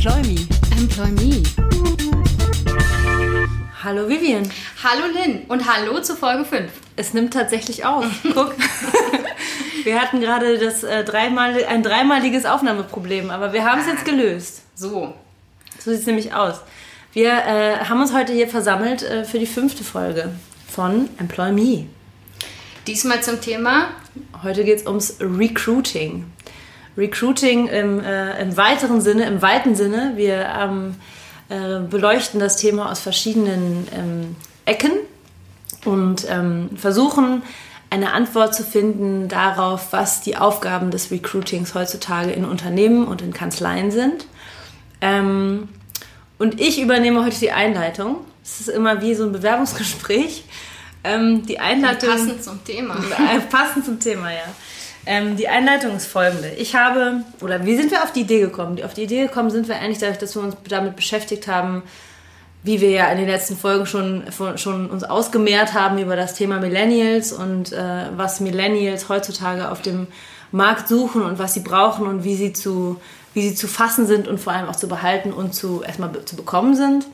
Employ Me. Employ Me. Hallo Vivian. Hallo Lynn und hallo zu Folge 5. Es nimmt tatsächlich auf. Guck. Wir hatten gerade ein dreimaliges Aufnahmeproblem, aber wir haben es jetzt gelöst. So sieht es nämlich aus. Wir haben uns heute hier versammelt für die 5. Folge von Employ Me. Diesmal zum Thema... Heute geht es ums Recruiting. Recruiting im weiten Sinne. Wir beleuchten das Thema aus verschiedenen Ecken und versuchen eine Antwort zu finden darauf, was die Aufgaben des Recruitings heutzutage in Unternehmen und in Kanzleien sind. Und ich übernehme heute die Einleitung. Es ist immer wie so ein Bewerbungsgespräch. Die Einleitung... Passend zum Thema. Passend zum Thema, ja. Die Einleitung ist folgende. Wie sind wir auf die Idee gekommen? Auf die Idee gekommen sind wir eigentlich dadurch, dass wir uns damit beschäftigt haben, wie wir ja in den letzten Folgen schon uns ausgemehrt haben über das Thema Millennials und was Millennials heutzutage auf dem Markt suchen und was sie brauchen und wie sie zu fassen sind und vor allem auch zu behalten und erstmal zu bekommen sind.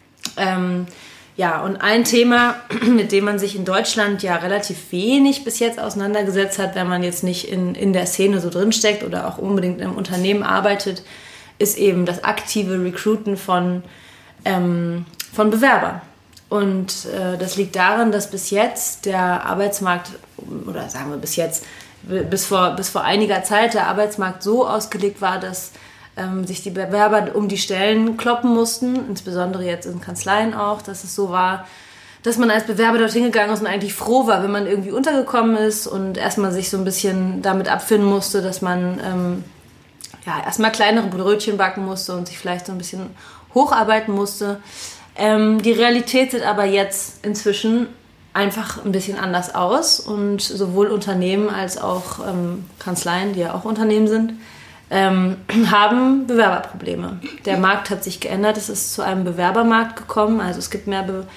Und ein Thema, mit dem man sich in Deutschland ja relativ wenig bis jetzt auseinandergesetzt hat, wenn man jetzt nicht in der Szene so drinsteckt oder auch unbedingt im Unternehmen arbeitet, ist eben das aktive Recruiten von Bewerbern. Und das liegt daran, dass bis jetzt der Arbeitsmarkt, oder sagen wir bis vor einiger Zeit der Arbeitsmarkt so ausgelegt war, dass sich die Bewerber um die Stellen kloppen mussten, insbesondere jetzt in Kanzleien auch, dass es so war, dass man als Bewerber dorthin gegangen ist und eigentlich froh war, wenn man irgendwie untergekommen ist und erstmal sich so ein bisschen damit abfinden musste, dass man erstmal kleinere Brötchen backen musste und sich vielleicht so ein bisschen hocharbeiten musste. Die Realität sieht aber jetzt inzwischen einfach ein bisschen anders aus und sowohl Unternehmen als auch Kanzleien, die ja auch Unternehmen sind, haben Bewerberprobleme. Der Markt hat sich geändert, es ist zu einem Bewerbermarkt gekommen, also es gibt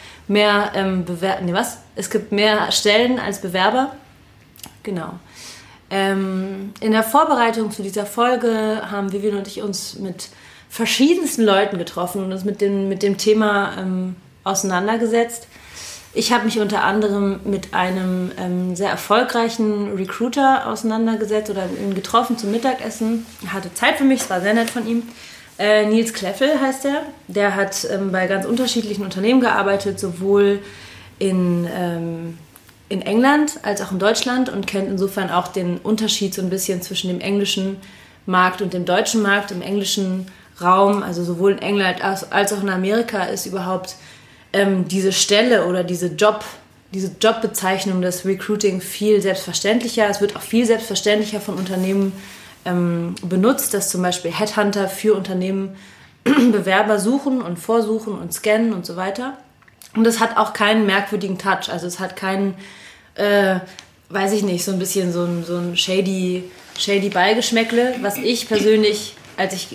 es gibt mehr Stellen als Bewerber. Genau. In der Vorbereitung zu dieser Folge haben Vivian und ich uns mit verschiedensten Leuten getroffen und uns mit dem Thema auseinandergesetzt. Ich habe mich unter anderem mit einem sehr erfolgreichen Recruiter auseinandergesetzt oder ihn getroffen zum Mittagessen. Er hatte Zeit für mich, es war sehr nett von ihm. Nils Kleffel heißt er. Der hat bei ganz unterschiedlichen Unternehmen gearbeitet, sowohl in England als auch in Deutschland und kennt insofern auch den Unterschied so ein bisschen zwischen dem englischen Markt und dem deutschen Markt. Im englischen Raum, also sowohl in England als auch in Amerika, ist überhaupt diese Stelle oder diese Jobbezeichnung des Recruiting viel selbstverständlicher. Es wird auch viel selbstverständlicher von Unternehmen benutzt, dass zum Beispiel Headhunter für Unternehmen Bewerber suchen und vorsuchen und scannen und so weiter. Und es hat auch keinen merkwürdigen Touch. Also es hat keinen, weiß ich nicht, so ein bisschen so ein shady Beigeschmäckle, was ich persönlich... Als ich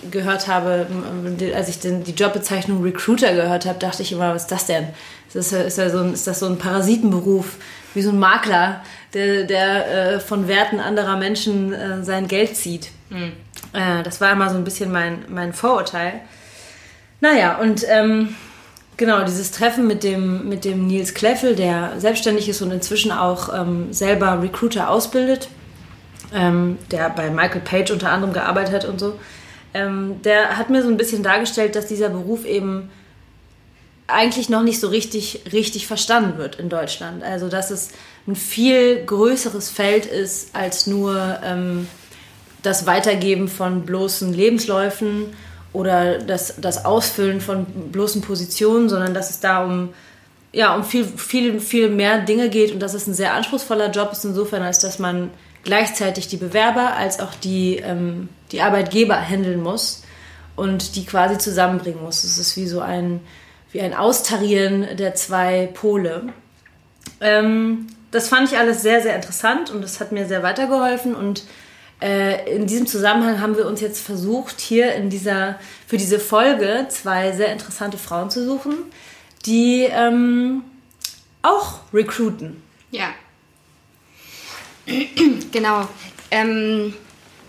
die Jobbezeichnung Recruiter gehört habe, dachte ich immer, was ist das denn? Ist das so ein Parasitenberuf, wie so ein Makler, der von Werten anderer Menschen sein Geld zieht. Mhm. Das war immer so ein bisschen mein Vorurteil. Naja, und genau, dieses Treffen mit dem Nils Kleffel, der selbstständig ist und inzwischen auch selber Recruiter ausbildet, der bei Michael Page unter anderem gearbeitet hat und so, der hat mir so ein bisschen dargestellt, dass dieser Beruf eben eigentlich noch nicht so richtig verstanden wird in Deutschland. Also dass es ein viel größeres Feld ist als nur das Weitergeben von bloßen Lebensläufen oder das Ausfüllen von bloßen Positionen, sondern dass es da um viel mehr Dinge geht und dass es ein sehr anspruchsvoller Job ist insofern, als dass man gleichzeitig die Bewerber als auch die Arbeitgeber handeln muss und die quasi zusammenbringen muss. Es ist wie ein Austarieren der zwei Pole. Das fand ich alles sehr, sehr interessant und das hat mir sehr weitergeholfen und in diesem Zusammenhang haben wir uns jetzt versucht, hier für diese Folge 2 sehr interessante Frauen zu suchen, die auch recruiten. Ja. Genau.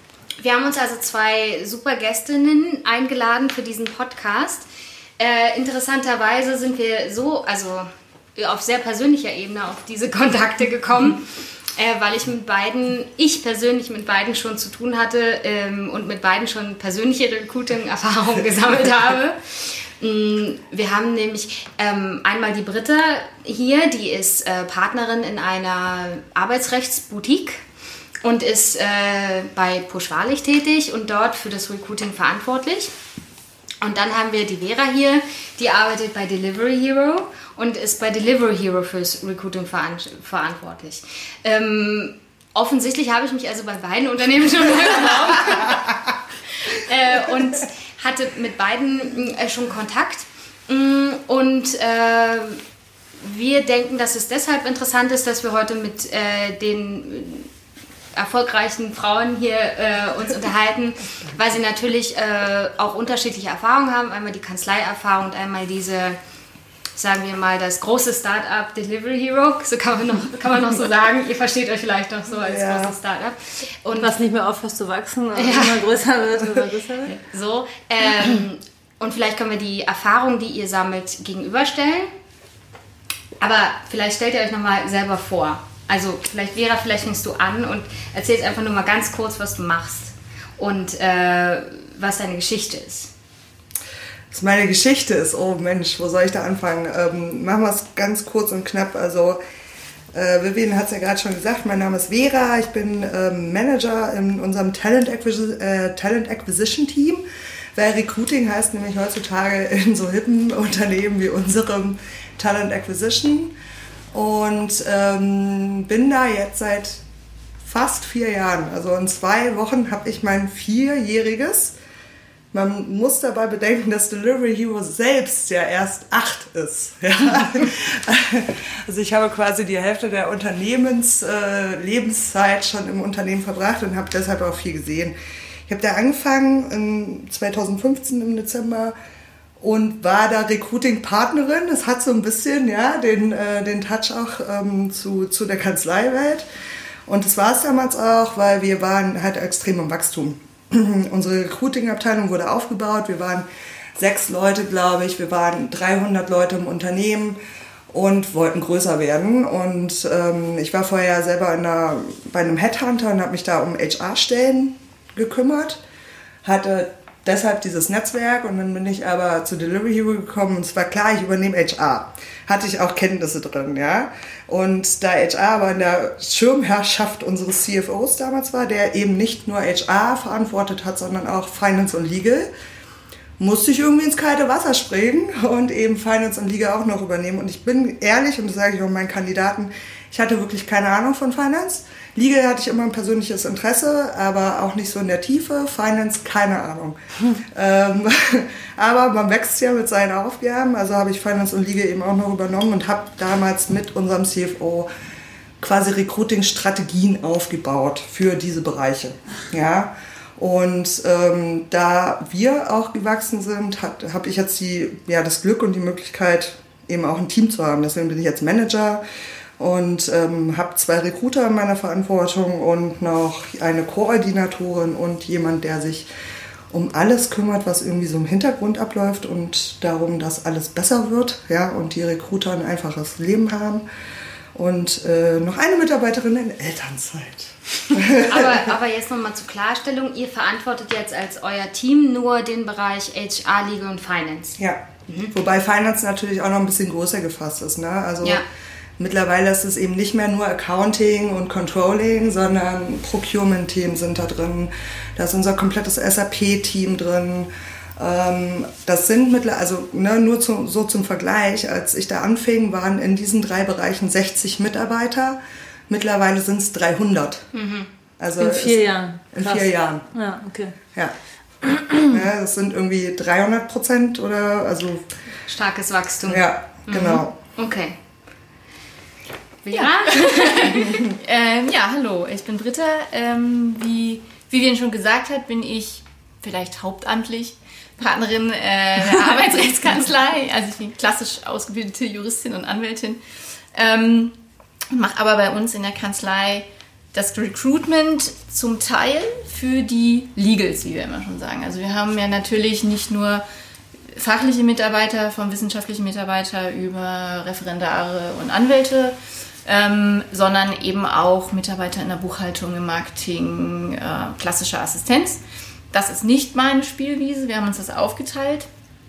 Wir haben uns also 2 super Gästinnen eingeladen für diesen Podcast. Interessanterweise sind wir auf sehr persönlicher Ebene auf diese Kontakte gekommen, weil ich persönlich mit beiden schon zu tun hatte und mit beiden schon persönliche Recruiting-Erfahrungen gesammelt habe. Wir haben nämlich einmal die Britta hier, die ist Partnerin in einer Arbeitsrechtsboutique und ist bei Pusch-Wahrlich tätig und dort für das Recruiting verantwortlich. Und dann haben wir die Vera hier, die arbeitet bei Delivery Hero und ist bei Delivery Hero fürs Recruiting verantwortlich. Offensichtlich habe ich mich also bei beiden Unternehmen schon beworben und hatte mit beiden schon Kontakt. Und wir denken, dass es deshalb interessant ist, dass wir heute mit den erfolgreichen Frauen hier uns unterhalten, weil sie natürlich auch unterschiedliche Erfahrungen haben. Einmal die Kanzleierfahrung und einmal diese, sagen wir mal, das große Start-up Delivery Hero. So kann man noch so sagen. Ihr versteht euch vielleicht noch so als großes Start-up. Und was nicht mehr aufhört zu wachsen und immer größer wird. So, und vielleicht können wir die Erfahrungen, die ihr sammelt, gegenüberstellen. Aber vielleicht stellt ihr euch nochmal selber vor. Also vielleicht fängst du an und erzählst einfach nur mal ganz kurz, was du machst und was deine Geschichte ist. Was meine Geschichte ist? Oh Mensch, wo soll ich da anfangen? Machen wir es ganz kurz und knapp. Also Vivian hat es ja gerade schon gesagt, mein Name ist Vera, ich bin Manager in unserem Talent Acquisition Team, weil Recruiting heißt nämlich heutzutage in so hippen Unternehmen wie unserem Talent Acquisition. Und bin da jetzt seit fast 4 Jahren. Also in 2 Wochen habe ich mein 4-jähriges. Man muss dabei bedenken, dass Delivery Hero selbst ja erst 8 ist. Ja? Also ich habe quasi die Hälfte der Unternehmenslebenszeit schon im Unternehmen verbracht und habe deshalb auch viel gesehen. Ich habe da angefangen 2015 im Dezember und war da Recruiting-Partnerin. Das hat so ein bisschen den Touch auch zu der Kanzleiwelt. Und das war es damals auch, weil wir waren halt extrem im Wachstum. Unsere Recruiting-Abteilung wurde aufgebaut. Wir waren 6 Leute, glaube ich. Wir waren 300 Leute im Unternehmen und wollten größer werden. Und ich war vorher selber bei einem Headhunter und habe mich da um HR-Stellen gekümmert. Hatte deshalb dieses Netzwerk und dann bin ich aber zu Delivery Hero gekommen und es war klar, ich übernehme HR. Hatte ich auch Kenntnisse drin, ja. Und da HR aber in der Schirmherrschaft unseres CFOs damals war, der eben nicht nur HR verantwortet hat, sondern auch Finance und Legal, musste ich irgendwie ins kalte Wasser springen und eben Finance und Legal auch noch übernehmen. Und ich bin ehrlich, und das sage ich auch meinen Kandidaten, ich hatte wirklich keine Ahnung von Finance. Legal hatte ich immer ein persönliches Interesse, aber auch nicht so in der Tiefe. Finance, keine Ahnung. Aber man wächst ja mit seinen Aufgaben. Also habe ich Finance und Legal eben auch noch übernommen und habe damals mit unserem CFO quasi Recruiting-Strategien aufgebaut für diese Bereiche. Ja. Und da wir auch gewachsen sind, habe ich jetzt das Glück und die Möglichkeit, eben auch ein Team zu haben. Deswegen bin ich jetzt Manager und habe 2 Recruiter in meiner Verantwortung und noch eine Koordinatorin und jemand, der sich um alles kümmert, was irgendwie so im Hintergrund abläuft und darum, dass alles besser wird, ja, und die Recruiter ein einfaches Leben haben. Und noch eine Mitarbeiterin in Elternzeit. Aber jetzt nochmal zur Klarstellung, ihr verantwortet jetzt als euer Team nur den Bereich HR, Legal und Finance. Ja, wobei Finance natürlich auch noch ein bisschen größer gefasst ist, ne? Also mittlerweile ist es eben nicht mehr nur Accounting und Controlling, sondern Procurement-Themen sind da drin. Da ist unser komplettes SAP-Team drin. Das sind nur zum Vergleich, als ich da anfing, waren in diesen 3 Bereichen 60 Mitarbeiter. Mittlerweile sind es 300. Also in 4 Jahren. In 4 Jahren. Ja, okay. Ja. Das sind irgendwie 300% oder also. Starkes Wachstum. Ja, genau. Okay. Ja. Hallo, ich bin Britta. Wie Vivian schon gesagt hat, bin ich vielleicht hauptamtlich Partnerin der Arbeitsrechtskanzlei. Also ich bin klassisch ausgebildete Juristin und Anwältin. Mache aber bei uns in der Kanzlei das Recruitment zum Teil für die Legals, wie wir immer schon sagen. Also wir haben ja natürlich nicht nur fachliche Mitarbeiter, vom wissenschaftlichen Mitarbeiter über Referendare und Anwälte, sondern eben auch Mitarbeiter in der Buchhaltung, im Marketing, klassische Assistenz. Das ist nicht meine Spielwiese, wir haben uns das aufgeteilt.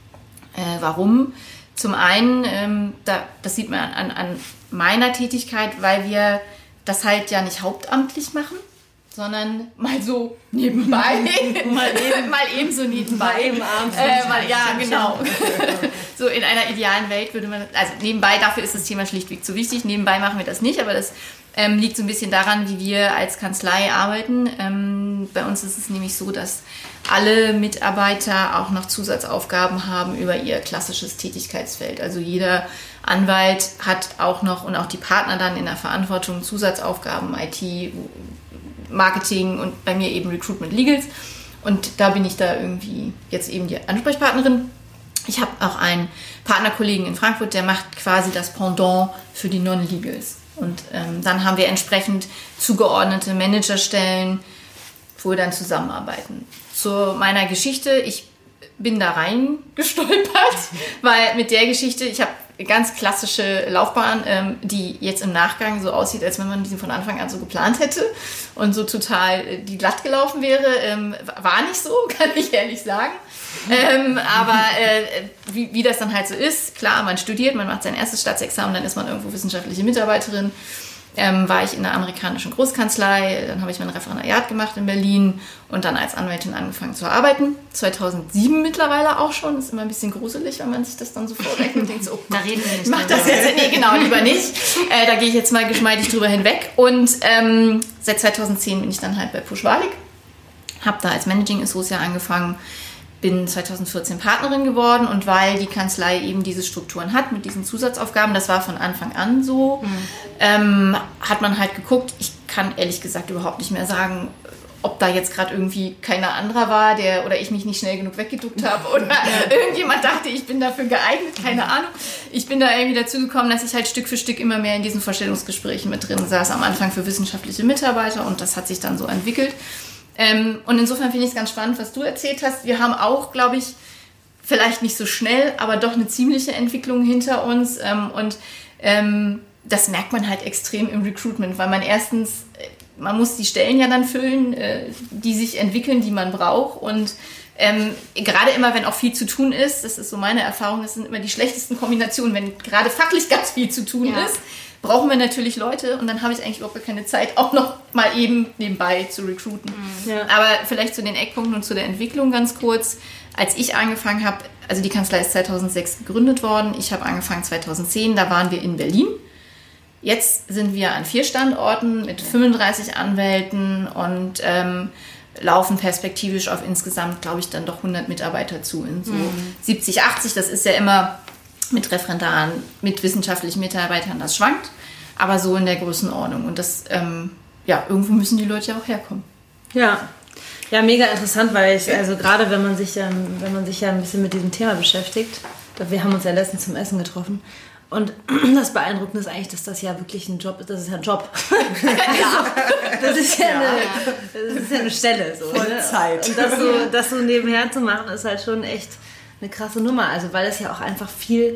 Warum? Zum einen, das sieht man an meiner Tätigkeit, weil wir das halt ja nicht hauptamtlich machen, sondern mal so nebenbei. mal eben so nebenbei. Mal eben abends. Ja, genau. So in einer idealen Welt würde man, also nebenbei, dafür ist das Thema schlichtweg zu wichtig. Nebenbei machen wir das nicht, aber das liegt so ein bisschen daran, wie wir als Kanzlei arbeiten. Bei uns ist es nämlich so, dass alle Mitarbeiter auch noch Zusatzaufgaben haben über ihr klassisches Tätigkeitsfeld. Also jeder Anwalt hat auch noch und auch die Partner dann in der Verantwortung Zusatzaufgaben, IT, Marketing und bei mir eben Recruitment Legals. Und da bin ich da irgendwie jetzt eben die Ansprechpartnerin. Ich habe auch einen Partnerkollegen in Frankfurt, der macht quasi das Pendant für die Non-Legals. Und dann haben wir entsprechend zugeordnete Managerstellen, wo wir dann zusammenarbeiten. Zu meiner Geschichte, ich bin da reingestolpert, weil mit der Geschichte, ich habe eine ganz klassische Laufbahn, die jetzt im Nachgang so aussieht, als wenn man die von Anfang an so geplant hätte und so total die glatt gelaufen wäre. War nicht so, kann ich ehrlich sagen. Aber wie das dann halt so ist, klar, man studiert, man macht sein erstes Staatsexamen, dann ist man irgendwo wissenschaftliche Mitarbeiterin. War ich in einer amerikanischen Großkanzlei, dann habe ich mein Referendariat gemacht in Berlin und dann als Anwältin angefangen zu arbeiten. 2007 mittlerweile auch schon, ist immer ein bisschen gruselig, wenn man sich das dann so vorrechnet und denkt so, oh, da reden wir nicht mach das jetzt, nee, genau, lieber nicht. Da gehe ich jetzt mal geschmeidig drüber hinweg und seit 2010 bin ich dann halt bei Pusch Wahrlich, habe da als Managing Associate angefangen, bin 2014 Partnerin geworden und weil die Kanzlei eben diese Strukturen hat mit diesen Zusatzaufgaben, das war von Anfang an so, hat man halt geguckt, ich kann ehrlich gesagt überhaupt nicht mehr sagen, ob da jetzt gerade irgendwie keiner anderer war, oder ich mich nicht schnell genug weggeduckt habe oder irgendjemand dachte, ich bin dafür geeignet, keine Ahnung. Ich bin da irgendwie dazu gekommen, dass ich halt Stück für Stück immer mehr in diesen Vorstellungsgesprächen mit drin saß, am Anfang für wissenschaftliche Mitarbeiter und das hat sich dann so entwickelt. Und insofern finde ich es ganz spannend, was du erzählt hast. Wir haben auch, glaube ich, vielleicht nicht so schnell, aber doch eine ziemliche Entwicklung hinter uns. Das merkt man halt extrem im Recruitment, weil man muss die Stellen ja dann füllen, die sich entwickeln, die man braucht. Und gerade immer, wenn auch viel zu tun ist, das ist so meine Erfahrung, das sind immer die schlechtesten Kombinationen, wenn gerade fachlich ganz viel zu tun ist. Brauchen wir natürlich Leute und dann habe ich eigentlich überhaupt keine Zeit, auch noch mal eben nebenbei zu recruiten. Ja. Aber vielleicht zu den Eckpunkten und zu der Entwicklung ganz kurz. Als ich angefangen habe, also die Kanzlei ist 2006 gegründet worden, ich habe angefangen 2010, da waren wir in Berlin. Jetzt sind wir an 4 Standorten mit 35 Anwälten und laufen perspektivisch auf insgesamt, glaube ich, dann doch 100 Mitarbeiter zu. In so 70, 80, das ist ja immer mit Referendaren, mit wissenschaftlichen Mitarbeitern, das schwankt, aber so in der Größenordnung. Und das, irgendwo müssen die Leute ja auch herkommen. Ja, mega interessant, weil also gerade wenn man sich ja ein bisschen mit diesem Thema beschäftigt, wir haben uns ja letztens zum Essen getroffen und das Beeindruckende ist eigentlich, dass das ja wirklich ein Job ist, das ist ja ein Job. Das ist ja eine Stelle. So, Vollzeit. Ne? Und das so nebenher zu machen, ist halt schon echt eine krasse Nummer, also weil es ja auch einfach viel,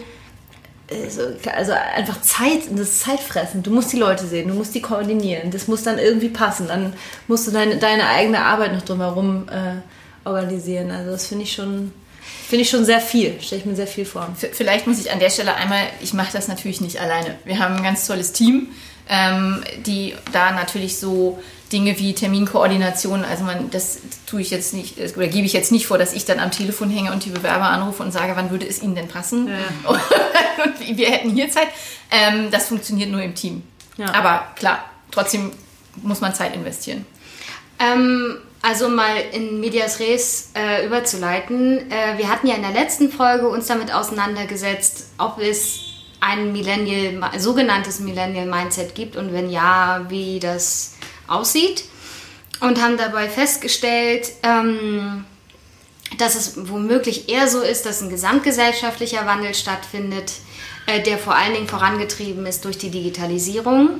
also einfach das ist zeitfressend. Du musst die Leute sehen, du musst die koordinieren, das muss dann irgendwie passen, dann musst du deine eigene Arbeit noch drumherum organisieren. Also das finde ich schon sehr viel, stelle ich mir sehr viel vor. Vielleicht muss ich an der Stelle einmal, ich mache das natürlich nicht alleine. Wir haben ein ganz tolles Team, die da natürlich so Dinge wie Terminkoordination, also das tue ich jetzt nicht, oder gebe ich jetzt nicht vor, dass ich dann am Telefon hänge und die Bewerber anrufe und sage, wann würde es ihnen denn passen? Ja. Und wir hätten hier Zeit. Das funktioniert nur im Team. Ja. Aber klar, trotzdem muss man Zeit investieren. Also mal in Medias Res überzuleiten. Wir hatten ja in der letzten Folge uns damit auseinandergesetzt, ob es ein sogenanntes Millennial Mindset gibt und wenn ja, wie das aussieht und haben dabei festgestellt, dass es womöglich eher so ist, dass ein gesamtgesellschaftlicher Wandel stattfindet, der vor allen Dingen vorangetrieben ist durch die Digitalisierung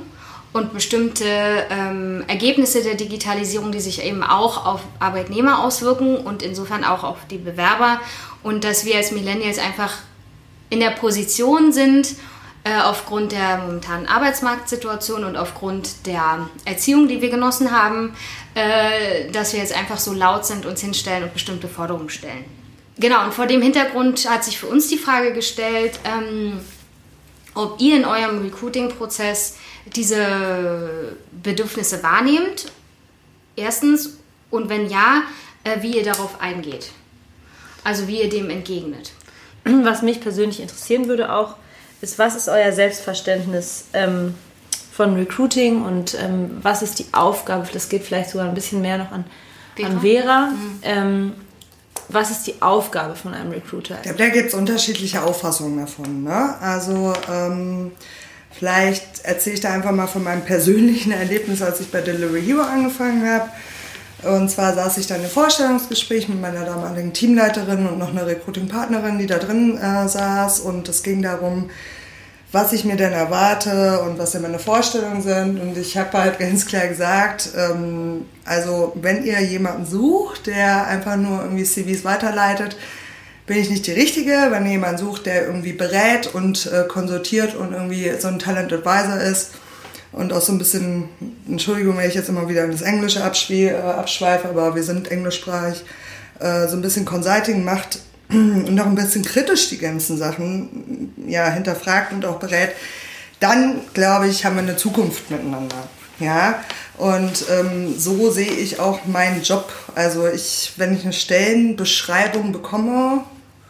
und bestimmte Ergebnisse der Digitalisierung, die sich eben auch auf Arbeitnehmer auswirken und insofern auch auf die Bewerber. Und dass wir als Millennials einfach in der Position sind, aufgrund der momentanen Arbeitsmarktsituation und aufgrund der Erziehung, die wir genossen haben, dass wir jetzt einfach so laut sind, uns hinstellen und bestimmte Forderungen stellen. Genau, und vor dem Hintergrund hat sich für uns die Frage gestellt, ob ihr in eurem Recruiting-Prozess diese Bedürfnisse wahrnehmt, erstens, und wenn ja, wie ihr darauf eingeht. Also wie ihr dem entgegnet. Was mich persönlich interessieren würde auch, ist, was ist euer Selbstverständnis von Recruiting und was ist die Aufgabe, das geht vielleicht sogar ein bisschen mehr noch an Vera. Was ist die Aufgabe von einem Recruiter? Ich glaube, da gibt es unterschiedliche Auffassungen davon. Ne? Also vielleicht erzähle ich da einfach mal von meinem persönlichen Erlebnis, als ich bei Delivery Hero angefangen habe. Und zwar saß ich dann im Vorstellungsgespräch mit meiner damaligen Teamleiterin und noch einer Recruiting-Partnerin, die da drin saß. Und es ging darum, was ich mir denn erwarte und was denn meine Vorstellungen sind. Und ich habe halt ganz klar gesagt, also wenn ihr jemanden sucht, der einfach nur irgendwie CVs weiterleitet, bin ich nicht die Richtige. Wenn ihr jemanden sucht, der irgendwie berät und konsultiert und irgendwie so ein Talent Advisor ist, und auch so ein bisschen, Entschuldigung, wenn ich jetzt immer wieder in das Englische abschweife, aber wir sind englischsprachig, so ein bisschen Consulting macht und auch ein bisschen kritisch die ganzen Sachen hinterfragt und auch berät, dann, glaube ich, haben wir eine Zukunft miteinander. Ja? Und so sehe ich auch meinen Job. Also wenn ich eine Stellenbeschreibung bekomme,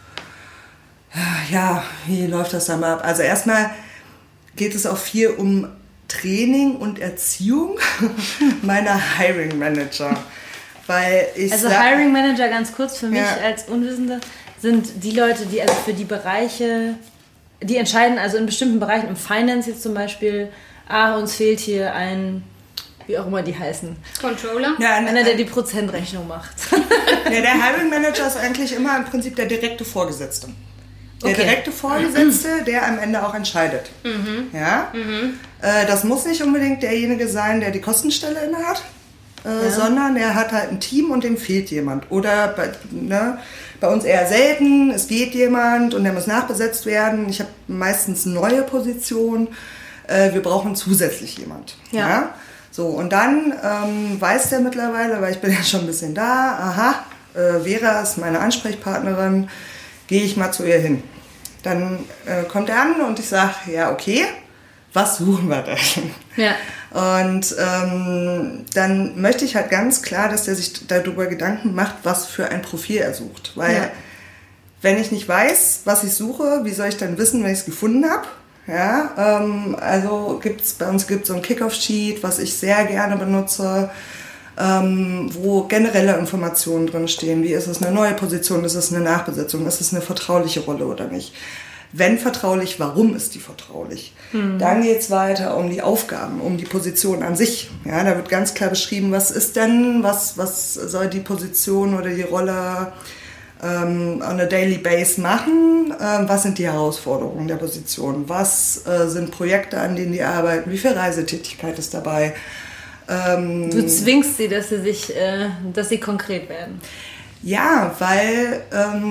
wie läuft das dann mal ab? Also erstmal geht es auch viel um Training und Erziehung meiner Hiring Manager. Hiring Manager, ganz kurz für mich als Unwissende, sind die Leute, die also für die Bereiche, die entscheiden, also in bestimmten Bereichen, im Finance jetzt zum Beispiel, uns fehlt hier ein, wie auch immer die heißen. Controller? Ja, einer, der die Prozentrechnung macht. Ja, der Hiring Manager ist eigentlich immer im Prinzip der direkte Vorgesetzte. Der direkte Vorgesetzte, der am Ende auch entscheidet. Ja? Das muss nicht unbedingt derjenige sein, der die Kostenstelle innehat, sondern er hat halt ein Team und dem fehlt jemand. Oder bei uns eher selten, es geht jemand und der muss nachbesetzt werden. Ich habe meistens neue Positionen. Wir brauchen zusätzlich jemand. Ja? So, und dann weiß der mittlerweile, weil ich bin ja schon ein bisschen da, Vera ist meine Ansprechpartnerin, gehe ich mal zu ihr hin. Dann kommt er an und ich sage, ja, okay, was suchen wir denn? Ja. Und dann möchte ich halt ganz klar, dass der sich darüber Gedanken macht, was für ein Profil er sucht. Weil wenn ich nicht weiß, was ich suche, wie soll ich dann wissen, wenn ich es gefunden habe? Ja, also bei uns gibt es so ein Kick-Off-Sheet, was ich sehr gerne benutze, wo generelle Informationen drinstehen. Wie ist es eine neue Position, ist es eine Nachbesetzung, ist es eine vertrauliche Rolle oder nicht? Wenn vertraulich, warum ist die vertraulich? Dann geht es weiter um die Aufgaben, um die Position an sich. Ja, da wird ganz klar beschrieben, was ist denn, was soll die Position oder die Rolle on a daily base machen? Was sind die Herausforderungen der Position? Was sind Projekte, an denen die arbeiten? Wie viel Reisetätigkeit ist dabei? Du zwingst sie, dass sie konkret werden. Ja, weil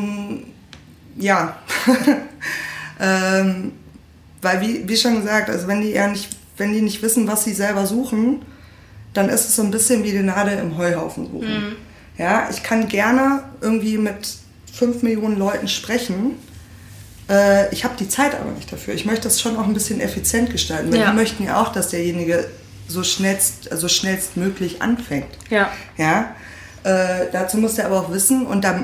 weil wie schon gesagt, also wenn die nicht wissen, was sie selber suchen, dann ist es so ein bisschen wie die Nadel im Heuhaufen suchen. Ja, ich kann gerne irgendwie mit 5 Millionen Leuten sprechen. Ich habe die Zeit aber nicht dafür. Ich möchte das schon auch ein bisschen effizient gestalten, weil die möchten ja auch, dass derjenige so schnellstmöglich anfängt. Ja. Ja? Dazu muss der aber auch wissen, und da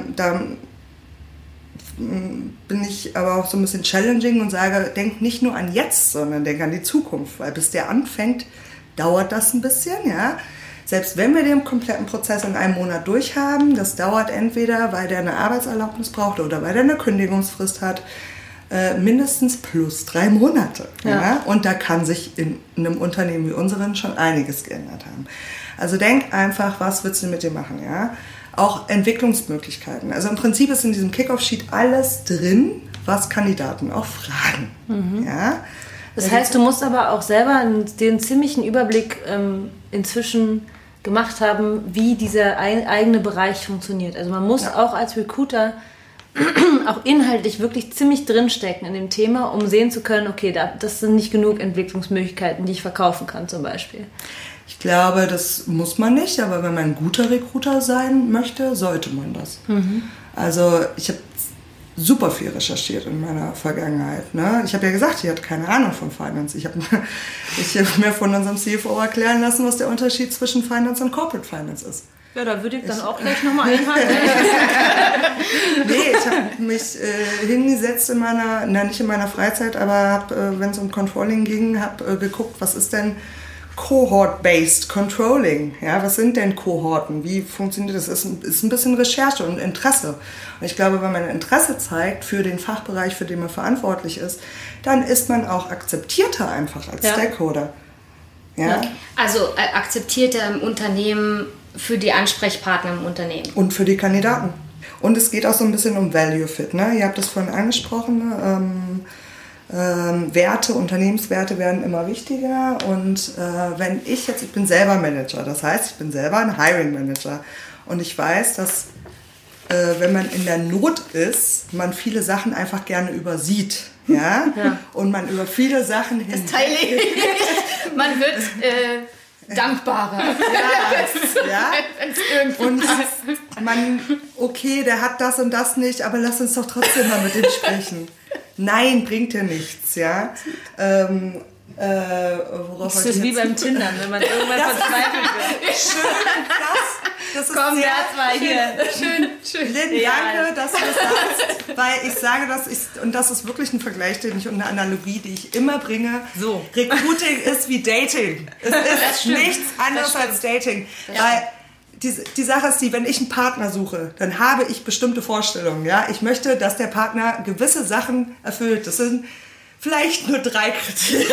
bin ich aber auch so ein bisschen challenging und sage, denk nicht nur an jetzt, sondern denk an die Zukunft, weil bis der anfängt, dauert das ein bisschen, ja. Selbst wenn wir den kompletten Prozess in einem Monat durchhaben, das dauert entweder, weil der eine Arbeitserlaubnis braucht oder weil der eine Kündigungsfrist hat, mindestens plus 3 Monate. Ja. Und da kann sich in einem Unternehmen wie unseren schon einiges geändert haben. Also denk einfach, was willst du mit dem machen, ja? Auch Entwicklungsmöglichkeiten. Also im Prinzip ist in diesem Kick-Off-Sheet alles drin, was Kandidaten auch fragen. Ja? Das heißt, du musst aber auch selber den ziemlichen Überblick inzwischen gemacht haben, wie dieser eigene Bereich funktioniert. Also man muss auch als Recruiter auch inhaltlich wirklich ziemlich drinstecken in dem Thema, um sehen zu können, okay, das sind nicht genug Entwicklungsmöglichkeiten, die ich verkaufen kann zum Beispiel. Ich glaube, das muss man nicht, aber wenn man ein guter Recruiter sein möchte, sollte man das. Also ich habe super viel recherchiert in meiner Vergangenheit. Ne? Ich habe ja gesagt, ich hatte keine Ahnung von Finance. Ich habe mir von unserem CFO erklären lassen, was der Unterschied zwischen Finance und Corporate Finance ist. Ja, da würde ich dann auch gleich nochmal einhaken. Nee, ich habe mich hingesetzt nicht in meiner Freizeit, aber wenn es um Controlling ging, habe geguckt, was ist denn Cohort-Based Controlling. Ja, was sind denn Kohorten? Wie funktioniert das? Ist ein bisschen Recherche und Interesse. Und ich glaube, wenn man Interesse zeigt für den Fachbereich, für den man verantwortlich ist, dann ist man auch akzeptierter einfach als Stakeholder. Ja? Also akzeptierter im Unternehmen für die Ansprechpartner im Unternehmen. Und für die Kandidaten. Und es geht auch so ein bisschen um Value Fit. Ne? Ihr habt das vorhin angesprochen. Werte, Unternehmenswerte werden immer wichtiger und ich bin selber Manager, das heißt, ich bin selber ein Hiring Manager und ich weiß, dass wenn man in der Not ist, man viele Sachen einfach gerne übersieht, und man über viele Sachen das teile ich. Man wird dankbarer. Und okay, der hat das und das nicht, aber lass uns doch trotzdem mal mit ihm sprechen. Nein, bringt ja nichts, ja. Worauf das ist wie beim Tindern, wenn man irgendwann verzweifelt wird. Schön, das ist komm, das mal hier. Schön. Lynn, danke, dass du das sagst, weil ich sage das, und das ist wirklich ein Vergleich, und eine Analogie, die ich immer bringe. So. Recruiting ist wie Dating. Es ist nichts anderes als Dating. Weil die Sache ist wenn ich einen Partner suche, dann habe ich bestimmte Vorstellungen. Ja? Ich möchte, dass der Partner gewisse Sachen erfüllt. Das sind vielleicht nur 3 Kriterien.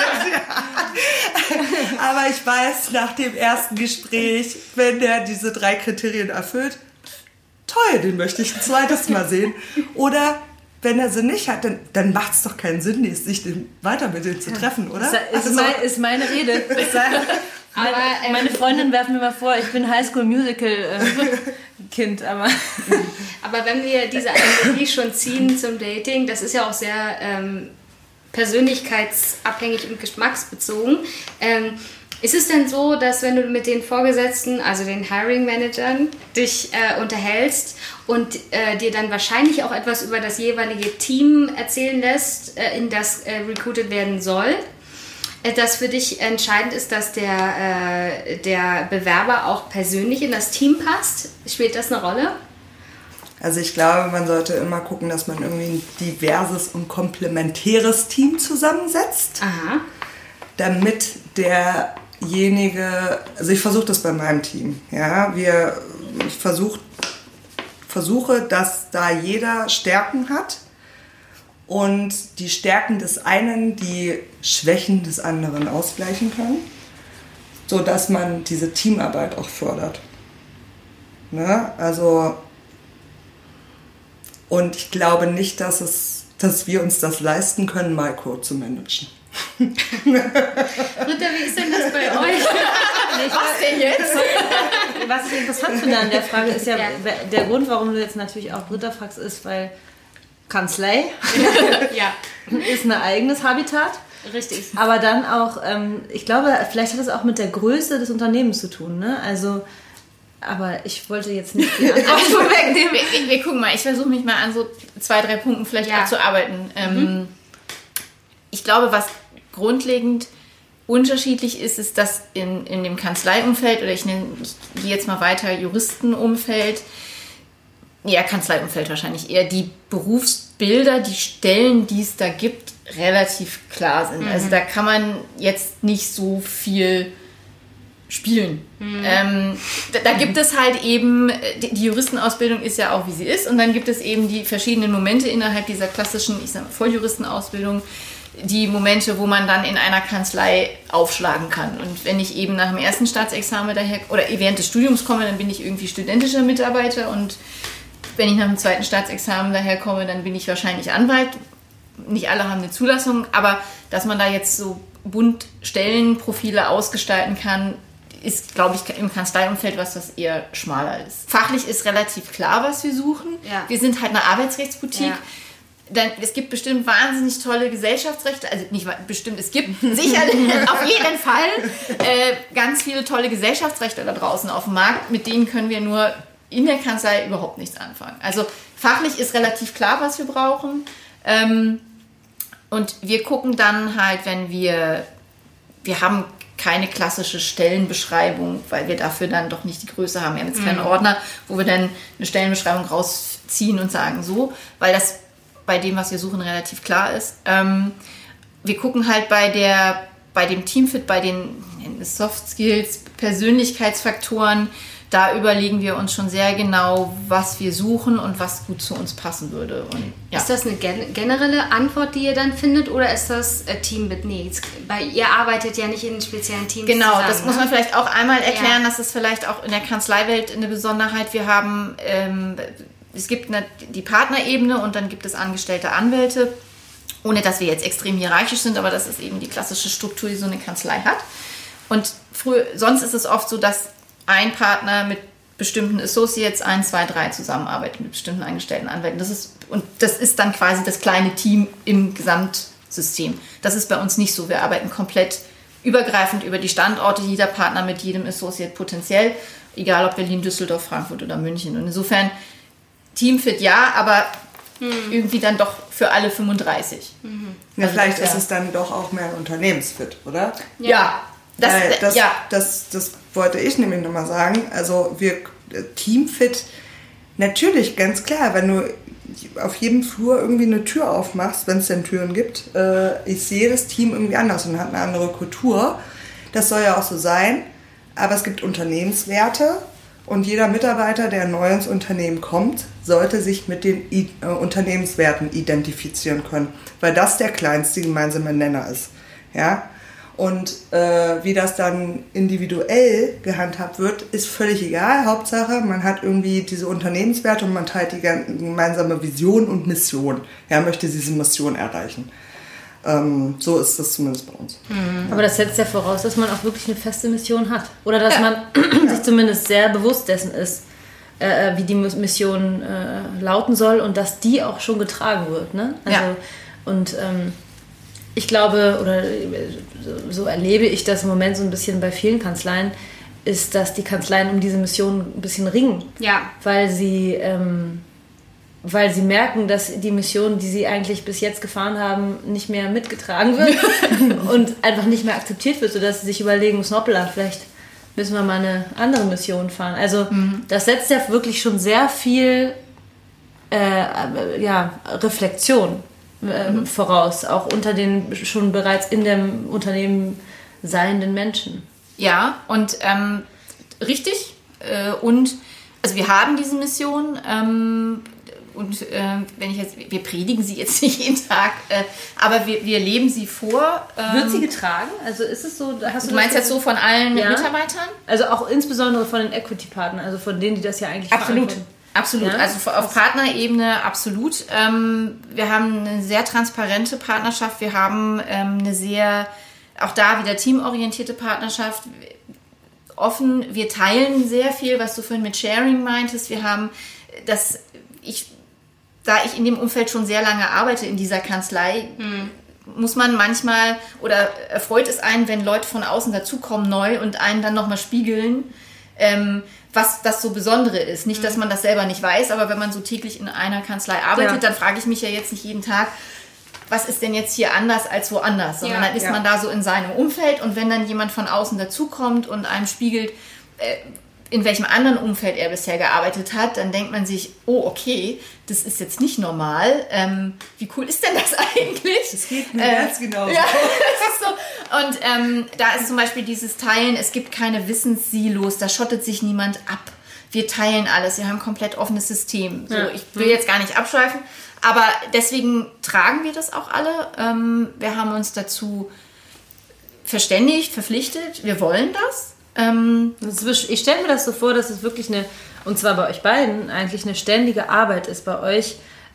Aber ich weiß nach dem ersten Gespräch, wenn der diese 3 Kriterien erfüllt, toll, den möchte ich ein zweites Mal sehen. Oder wenn er sie nicht hat, dann macht es doch keinen Sinn, sich weiter mit dem zu treffen, oder? Ist meine Rede. Aber, meine Freundin werfen mir mal vor, ich bin Highschool-Musical-Kind, aber wenn wir diese Analogie schon ziehen zum Dating, das ist ja auch sehr persönlichkeitsabhängig und geschmacksbezogen. Ist es denn so, dass wenn du mit den Vorgesetzten, also den Hiring-Managern, dich unterhältst und dir dann wahrscheinlich auch etwas über das jeweilige Team erzählen lässt, in das recruited werden soll, dass für dich entscheidend ist, dass der Bewerber auch persönlich in das Team passt? Spielt das eine Rolle? Also ich glaube, man sollte immer gucken, dass man irgendwie ein diverses und komplementäres Team zusammensetzt, damit derjenige, also ich versuche das bei meinem Team, ich versuche, dass da jeder Stärken hat und die Stärken des einen die Schwächen des anderen ausgleichen können, sodass man diese Teamarbeit auch fördert. Ne? Und ich glaube nicht, dass wir uns das leisten können, Micro zu managen. Britta, wie ist denn das bei euch? Was denn jetzt? Was ich interessant finde an der Frage ist ja, der Grund, warum du jetzt natürlich auch Britta fragst, ist, weil Kanzlei ist ein eigenes Habitat. Richtig. Aber dann auch, ich glaube, vielleicht hat es auch mit der Größe des Unternehmens zu tun, ne? Also, aber ich wollte jetzt nicht die Antwort vorwegnehmen. Wir gucken mal, ich versuche mich mal an so 2, 3 Punkten vielleicht abzuarbeiten. Ich glaube, was grundlegend unterschiedlich ist, ist, dass in dem Kanzleiumfeld, oder ich gehe jetzt mal weiter, Juristenumfeld, Kanzleiumfeld wahrscheinlich eher, die Berufsbilder, die Stellen, die es da gibt, relativ klar sind. Also da kann man jetzt nicht so viel spielen. Da gibt es halt eben, die Juristenausbildung ist ja auch, wie sie ist, und dann gibt es eben die verschiedenen Momente innerhalb dieser klassischen, ich sag mal, Volljuristenausbildung, die Momente, wo man dann in einer Kanzlei aufschlagen kann. Und wenn ich eben nach dem ersten Staatsexamen oder während des Studiums komme, dann bin ich irgendwie studentischer Mitarbeiter, und wenn ich nach dem zweiten Staatsexamen daherkomme, dann bin ich wahrscheinlich Anwalt. nicht alle haben eine Zulassung, aber dass man da jetzt so bunt Stellenprofile ausgestalten kann, ist, glaube ich, im Kanzleiumfeld was, das eher schmaler ist. Fachlich ist relativ klar, was wir suchen. Ja. Wir sind halt eine Arbeitsrechtsboutique. Ja. Es gibt bestimmt wahnsinnig tolle Gesellschaftsrechte, also nicht bestimmt, es gibt sicherlich auf jeden Fall ganz viele tolle Gesellschaftsrechte da draußen auf dem Markt, mit denen können wir nur in der Kanzlei überhaupt nichts anfangen. Also fachlich ist relativ klar, was wir brauchen. Und wir gucken dann halt, wenn wir haben keine klassische Stellenbeschreibung, weil wir dafür dann doch nicht die Größe haben. Wir haben jetzt keinen Ordner, wo wir dann eine Stellenbeschreibung rausziehen und sagen so, weil das bei dem, was wir suchen, relativ klar ist. Wir gucken halt bei dem Teamfit, bei den Soft Skills, Persönlichkeitsfaktoren, da überlegen wir uns schon sehr genau, was wir suchen und was gut zu uns passen würde. Und, ja. Ist das eine generelle Antwort, die ihr dann findet, oder ist das Team mit Needs? Weil ihr arbeitet ja nicht in speziellen Teams genau, zusammen, das muss man vielleicht auch einmal erklären, dass es vielleicht auch in der Kanzleiwelt eine Besonderheit. Wir haben, es gibt die Partnerebene und dann gibt es angestellte Anwälte, ohne dass wir jetzt extrem hierarchisch sind, aber das ist eben die klassische Struktur, die so eine Kanzlei hat. Und sonst ist es oft so, dass ein Partner mit bestimmten Associates 1, 2, 3 zusammenarbeitet mit bestimmten angestellten Anwälten. Das ist dann quasi das kleine Team im Gesamtsystem. Das ist bei uns nicht so. Wir arbeiten komplett übergreifend über die Standorte, jeder Partner mit jedem Associate potenziell, egal ob Berlin, Düsseldorf, Frankfurt oder München. Und insofern Teamfit ja, aber irgendwie dann doch für alle 35. Ja, also vielleicht ist es dann doch auch mehr ein Unternehmensfit, oder? Ja. Das wollte ich nämlich nochmal sagen. Also Teamfit, natürlich, ganz klar, wenn du auf jedem Flur irgendwie eine Tür aufmachst, wenn es denn Türen gibt, ist jedes Team irgendwie anders und hat eine andere Kultur. Das soll ja auch so sein, aber es gibt Unternehmenswerte und jeder Mitarbeiter, der neu ins Unternehmen kommt, sollte sich mit den Unternehmenswerten identifizieren können, weil das der kleinste gemeinsame Nenner ist. Ja? Und wie das dann individuell gehandhabt wird, ist völlig egal. Hauptsache, man hat irgendwie diese Unternehmenswerte und man teilt die gemeinsame Vision und Mission. Er möchte diese Mission erreichen. So ist das zumindest bei uns. Aber das setzt ja voraus, dass man auch wirklich eine feste Mission hat. Oder dass man sich zumindest sehr bewusst dessen ist, wie die Mission lauten soll und dass die auch schon getragen wird. Ne? Also, und ich glaube, oder so erlebe ich das im Moment so ein bisschen bei vielen Kanzleien, ist, dass die Kanzleien um diese Mission ein bisschen ringen. Ja. Weil sie merken, dass die Mission, die sie eigentlich bis jetzt gefahren haben, nicht mehr mitgetragen wird und einfach nicht mehr akzeptiert wird, sodass sie sich überlegen müssen, hoppla, vielleicht müssen wir mal eine andere Mission fahren. Also das setzt ja wirklich schon sehr viel Reflexion voraus, auch unter den schon bereits in dem Unternehmen seienden Menschen. Ja, und richtig. Und also wir haben diese Mission wir predigen sie jetzt nicht jeden Tag, aber wir leben sie vor. Wird sie getragen? Also ist es so? Du meinst jetzt so von allen Mitarbeitern? Also auch insbesondere von den Equity-Partnern, also von denen, die das ja eigentlich verantworten. Absolut, ja? Also auf Partnerebene absolut. Wir haben eine sehr transparente Partnerschaft, wir haben eine sehr, auch da wieder teamorientierte Partnerschaft, offen, wir teilen sehr viel, was du vorhin mit Sharing meintest. Wir haben da ich in dem Umfeld schon sehr lange arbeite in dieser Kanzlei, muss man manchmal, oder erfreut es einen, wenn Leute von außen dazukommen neu und einen dann nochmal spiegeln, was das so Besondere ist. Nicht, dass man das selber nicht weiß, aber wenn man so täglich in einer Kanzlei arbeitet, dann frage ich mich ja jetzt nicht jeden Tag, was ist denn jetzt hier anders als woanders? Sondern dann ist man da so in seinem Umfeld und wenn dann jemand von außen dazukommt und einem spiegelt, in welchem anderen Umfeld er bisher gearbeitet hat, dann denkt man sich, oh, okay, das ist jetzt nicht normal. Wie cool ist denn das eigentlich? Das geht mir ganz genau. Ja, das ist so. Und da ist zum Beispiel dieses Teilen, es gibt keine Wissenssilos, da schottet sich niemand ab. Wir teilen alles, wir haben ein komplett offenes System. So, ich will jetzt gar nicht abschweifen, aber deswegen tragen wir das auch alle. Wir haben uns dazu verständigt, verpflichtet, wir wollen das. Ich stelle mir das so vor, dass es wirklich und zwar bei euch beiden, eigentlich eine ständige Arbeit ist, bei euch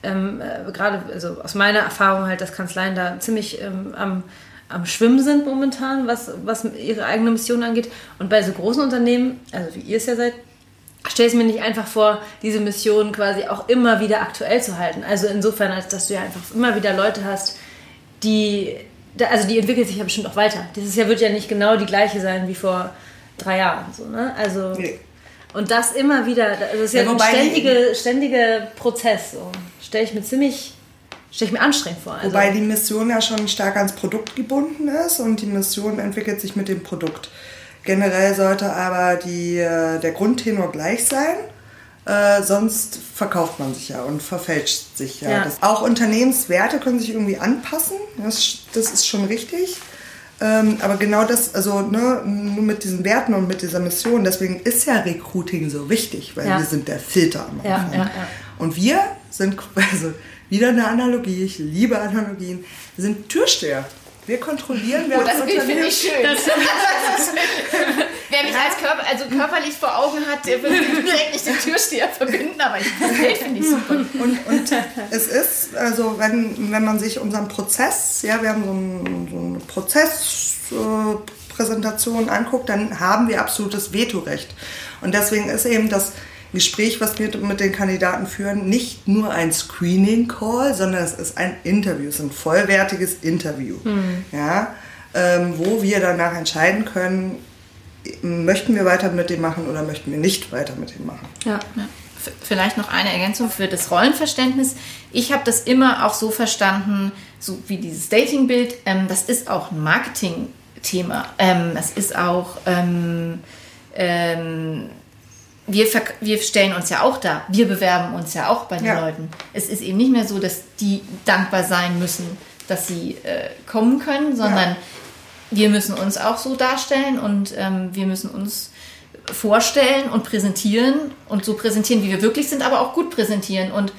gerade also aus meiner Erfahrung halt, dass Kanzleien da ziemlich am Schwimmen sind momentan, was ihre eigene Mission angeht. Und bei so großen Unternehmen, also wie ihr es ja seid, stelle ich mir nicht einfach vor, diese Mission quasi auch immer wieder aktuell zu halten. Also insofern, als dass du ja einfach immer wieder Leute hast, die entwickelt sich ja bestimmt auch weiter. Dieses Jahr wird ja nicht genau die gleiche sein wie vor 3 Jahren. So, ne? Also, nee. Und das immer wieder, also das ist ja ein ständiger Prozess. So. Stelle ich mir anstrengend vor. Also. Wobei die Mission ja schon stark ans Produkt gebunden ist und die Mission entwickelt sich mit dem Produkt. Generell sollte aber der Grundtenor gleich sein, sonst verkauft man sich ja und verfälscht sich ja. Ja. Auch Unternehmenswerte können sich irgendwie anpassen, das ist schon richtig. Aber genau das, also nur mit diesen Werten und mit dieser Mission, deswegen ist ja Recruiting so wichtig, weil wir sind der Filter am Anfang. Ja. Und wir sind, also wieder eine Analogie, ich liebe Analogien, wir sind Türsteher. Wir kontrollieren, wer das Bild finde ich schön. Wer mich körperlich vor Augen hat, der würde direkt nicht den Türsteher verbinden, aber das Bild finde ich super. Und es ist, also wenn man sich unseren Prozess, ja, wir haben so eine Prozesspräsentation anguckt, dann haben wir absolutes Vetorecht. Und deswegen ist eben das Gespräch, was wir mit den Kandidaten führen, nicht nur ein Screening-Call, sondern es ist ein Interview, es ist ein vollwertiges Interview, ja, wo wir danach entscheiden können, möchten wir weiter mit dem machen oder möchten wir nicht weiter mit dem machen. Ja. Vielleicht noch eine Ergänzung für das Rollenverständnis. Ich habe das immer auch so verstanden, so wie dieses Dating-Bild, das ist auch ein Marketing-Thema. Das ist auch... Wir stellen uns ja auch da, wir bewerben uns ja auch bei den Leuten. Es ist eben nicht mehr so, dass die dankbar sein müssen, dass sie kommen können, sondern wir müssen uns auch so darstellen und wir müssen uns vorstellen und präsentieren und so präsentieren, wie wir wirklich sind, aber auch gut präsentieren. Und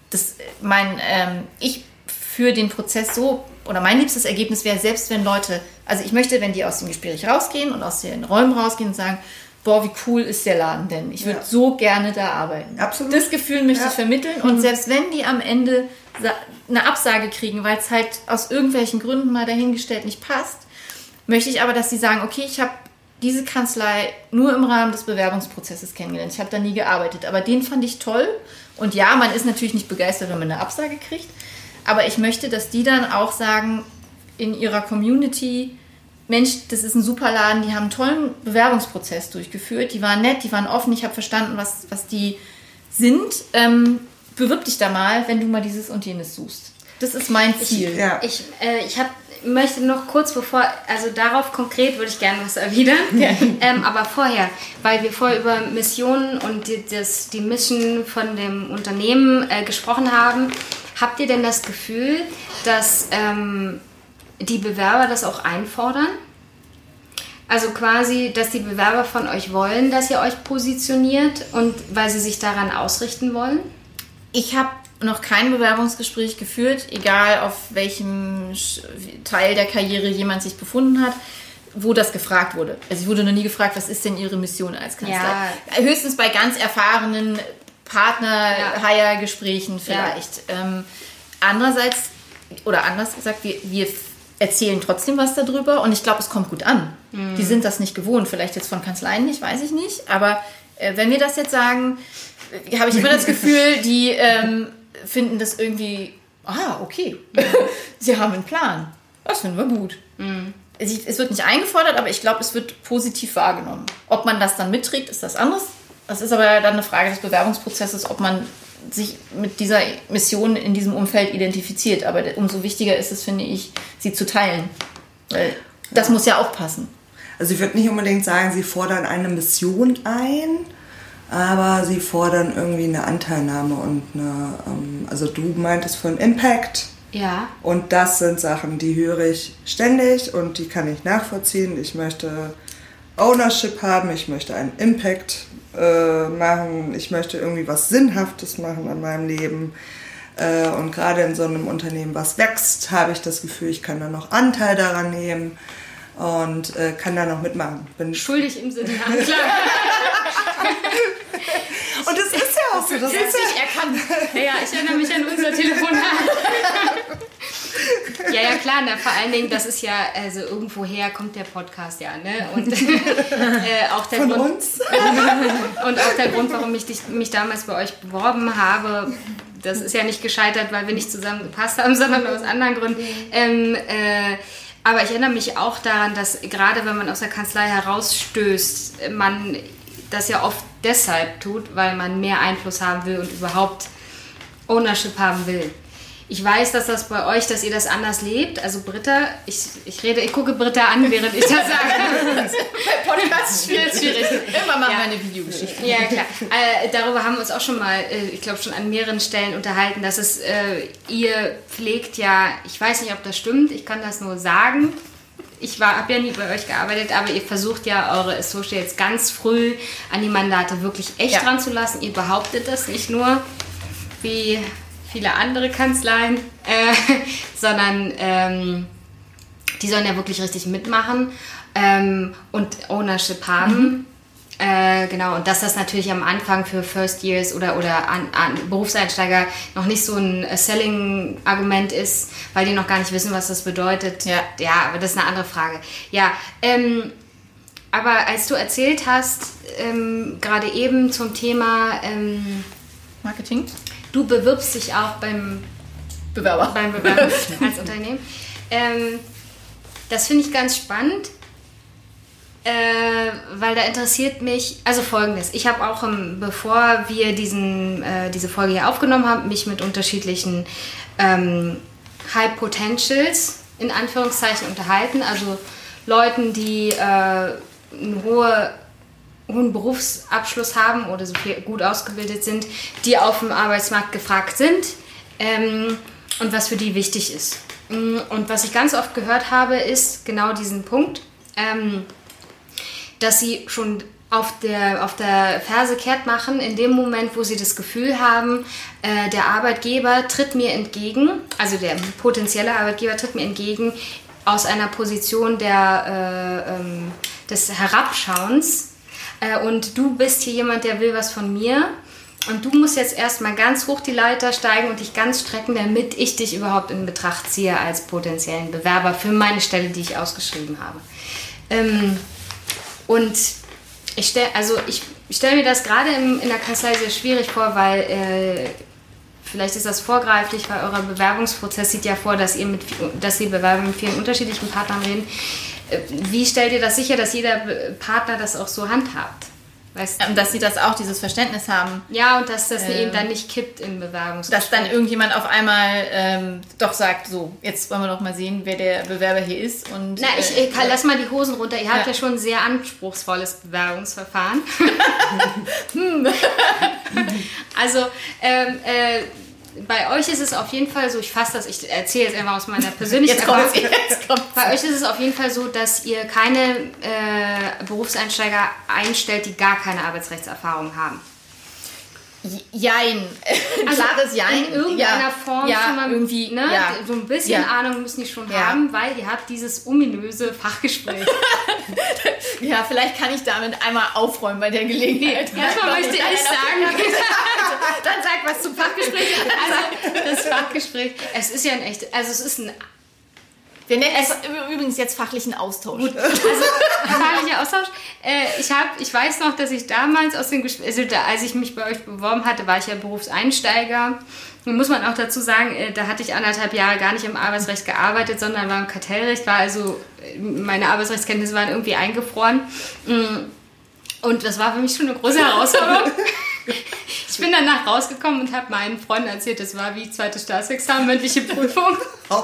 ich führe den Prozess so, oder mein liebstes Ergebnis wäre, selbst wenn Leute, also ich möchte, wenn die aus dem Gespräch rausgehen und aus den Räumen rausgehen und sagen, boah, wie cool ist der Laden denn? Ich würde so gerne da arbeiten. Absolut. Das Gefühl möchte ich vermitteln. Und selbst wenn die am Ende eine Absage kriegen, weil es halt aus irgendwelchen Gründen mal dahingestellt nicht passt, möchte ich aber, dass sie sagen, okay, ich habe diese Kanzlei nur im Rahmen des Bewerbungsprozesses kennengelernt. Ich habe da nie gearbeitet. Aber den fand ich toll. Und ja, man ist natürlich nicht begeistert, wenn man eine Absage kriegt. Aber ich möchte, dass die dann auch sagen, in ihrer Community, Mensch, das ist ein super Laden, die haben einen tollen Bewerbungsprozess durchgeführt, die waren nett, die waren offen, ich habe verstanden, was die sind. Bewirb dich da mal, wenn du mal dieses und jenes suchst. Das ist mein Ziel. Ich möchte noch kurz bevor, also darauf konkret würde ich gerne was erwidern, aber vorher, weil wir vorher über Missionen und die Mission von dem Unternehmen gesprochen haben, habt ihr denn das Gefühl, dass die Bewerber das auch einfordern? Also quasi, dass die Bewerber von euch wollen, dass ihr euch positioniert und weil sie sich daran ausrichten wollen? Ich habe noch kein Bewerbungsgespräch geführt, egal auf welchem Teil der Karriere jemand sich befunden hat, wo das gefragt wurde. Also ich wurde noch nie gefragt, was ist denn Ihre Mission als Kanzlei? Ja. Höchstens bei ganz erfahrenen Partner-Hire-Gesprächen vielleicht. Ja. Andererseits, oder anders gesagt, wir erzählen trotzdem was darüber und ich glaube, es kommt gut an. Mhm. Die sind das nicht gewohnt, vielleicht jetzt von Kanzleien nicht, weiß ich nicht, aber wenn wir das jetzt sagen, habe ich immer das Gefühl, die finden das irgendwie, okay, sie haben einen Plan. Das finden wir gut. Mhm. Es wird nicht eingefordert, aber ich glaube, es wird positiv wahrgenommen. Ob man das dann mitträgt, ist das anderes. Das ist aber dann eine Frage des Bewerbungsprozesses, ob man sich mit dieser Mission in diesem Umfeld identifiziert. Aber umso wichtiger ist es, finde ich, sie zu teilen. Weil das muss ja auch passen. Also ich würde nicht unbedingt sagen, sie fordern eine Mission ein, aber sie fordern irgendwie eine Anteilnahme und also du meintest von Impact. Ja. Und das sind Sachen, die höre ich ständig und die kann ich nachvollziehen. Ich möchte Ownership haben, ich möchte einen Impact machen, ich möchte irgendwie was Sinnhaftes machen an meinem Leben. Und gerade in so einem Unternehmen, was wächst, habe ich das Gefühl, ich kann da noch Anteil daran nehmen und kann da noch mitmachen. Bin schuldig im Sinne, ja, klar. Und es ist ja auch du das? erkannt. Ja, ich erinnere mich an unser Telefonat. Ja, klar, vor allen Dingen, das ist ja, also irgendwoher kommt der Podcast ja, ne? Und auch der Von Grund, uns? und auch der Grund, warum ich mich damals bei euch beworben habe, das ist ja nicht gescheitert, weil wir nicht zusammengepasst haben, sondern aus anderen Gründen. Aber ich erinnere mich auch daran, dass gerade wenn man aus der Kanzlei herausstößt, man das ja oft deshalb tut, weil man mehr Einfluss haben will und überhaupt Ownership haben will. Ich weiß, dass das bei euch, dass ihr das anders lebt. Also Britta, ich gucke Britta an, während ich das sage. Podcast ist schwierig. Immer machen wir eine Videogeschichte. Ja, klar. Darüber haben wir uns auch schon mal, ich glaube schon an mehreren Stellen unterhalten, dass es, ihr pflegt ja, ich weiß nicht, ob das stimmt, ich kann das nur sagen. Ich habe ja nie bei euch gearbeitet, aber ihr versucht ja eure Associates ganz früh an die Mandate wirklich echt dran zu lassen. Ihr behauptet das nicht nur wie viele andere Kanzleien, sondern die sollen ja wirklich richtig mitmachen und Ownership haben. Genau, und dass das natürlich am Anfang für First Years oder an Berufseinsteiger noch nicht so ein Selling-Argument ist, weil die noch gar nicht wissen, was das bedeutet. Ja, aber das ist eine andere Frage. Ja, aber als du erzählt hast, gerade eben zum Thema Marketing. Du bewirbst dich auch beim Bewerber als Unternehmen. Das finde ich ganz spannend, weil da interessiert mich, also Folgendes. Ich habe auch, bevor wir diese Folge hier aufgenommen haben, mich mit unterschiedlichen High Potentials in Anführungszeichen unterhalten. Also Leuten, die einen hohen Berufsabschluss haben oder so viel gut ausgebildet sind, die auf dem Arbeitsmarkt gefragt sind und was für die wichtig ist. Und was ich ganz oft gehört habe, ist genau diesen Punkt, dass sie schon auf der Ferse kehrt machen, in dem Moment, wo sie das Gefühl haben, der Arbeitgeber tritt mir entgegen, also der potenzielle Arbeitgeber tritt mir entgegen aus einer Position des Herabschauens. Und du bist hier jemand, der will was von mir und du musst jetzt erstmal ganz hoch die Leiter steigen und dich ganz strecken, damit ich dich überhaupt in Betracht ziehe als potenziellen Bewerber für meine Stelle, die ich ausgeschrieben habe. Und ich stelle mir das gerade in der Kanzlei sehr schwierig vor, weil vielleicht ist das vorgreiflich, weil euer Bewerbungsprozess sieht ja vor, dass die Bewerber mit vielen unterschiedlichen Partnern reden. Wie stellt ihr das sicher, dass jeder Partner das auch so handhabt? Weißt du? Dass sie das auch, dieses Verständnis haben. Ja, und dass das eben dann nicht kippt im Bewerbungsprozess. Dass dann irgendjemand auf einmal doch sagt, so, jetzt wollen wir doch mal sehen, wer der Bewerber hier ist. Und, na, lass mal die Hosen runter. Ihr habt ja schon ein sehr anspruchsvolles Bewerbungsverfahren. Also, bei euch ist es auf jeden Fall so, ich erzähle jetzt einfach aus meiner persönlichen Erfahrung. Bei euch ist es auf jeden Fall so, dass ihr keine Berufseinsteiger einstellt, die gar keine Arbeitsrechtserfahrung haben. Jein. Klares Jein. In irgendeiner Form schon mal irgendwie, ne? So ein bisschen Ahnung müssen die schon haben, weil ihr habt dieses ominöse Fachgespräch. Ja, vielleicht kann ich damit einmal aufräumen bei der Gelegenheit. Erstmal möchte ich sagen. Dann sag was zum Fachgespräch. Also das Fachgespräch, es ist ja ein echt, also es ist ein... Wir nennen es übrigens jetzt fachlichen Austausch. Gut, also fachlicher Austausch. Ich weiß noch, dass ich damals aus dem Gespräch, also als ich mich bei euch beworben hatte, war ich ja Berufseinsteiger. Nun muss man auch dazu sagen, da hatte ich 1,5 Jahre gar nicht im Arbeitsrecht gearbeitet, sondern war im Kartellrecht, meine Arbeitsrechtskenntnisse waren irgendwie eingefroren. Und das war für mich schon eine große Herausforderung. Ich bin danach rausgekommen und habe meinen Freunden erzählt, das war wie zweites Staatsexamen, mündliche Prüfung.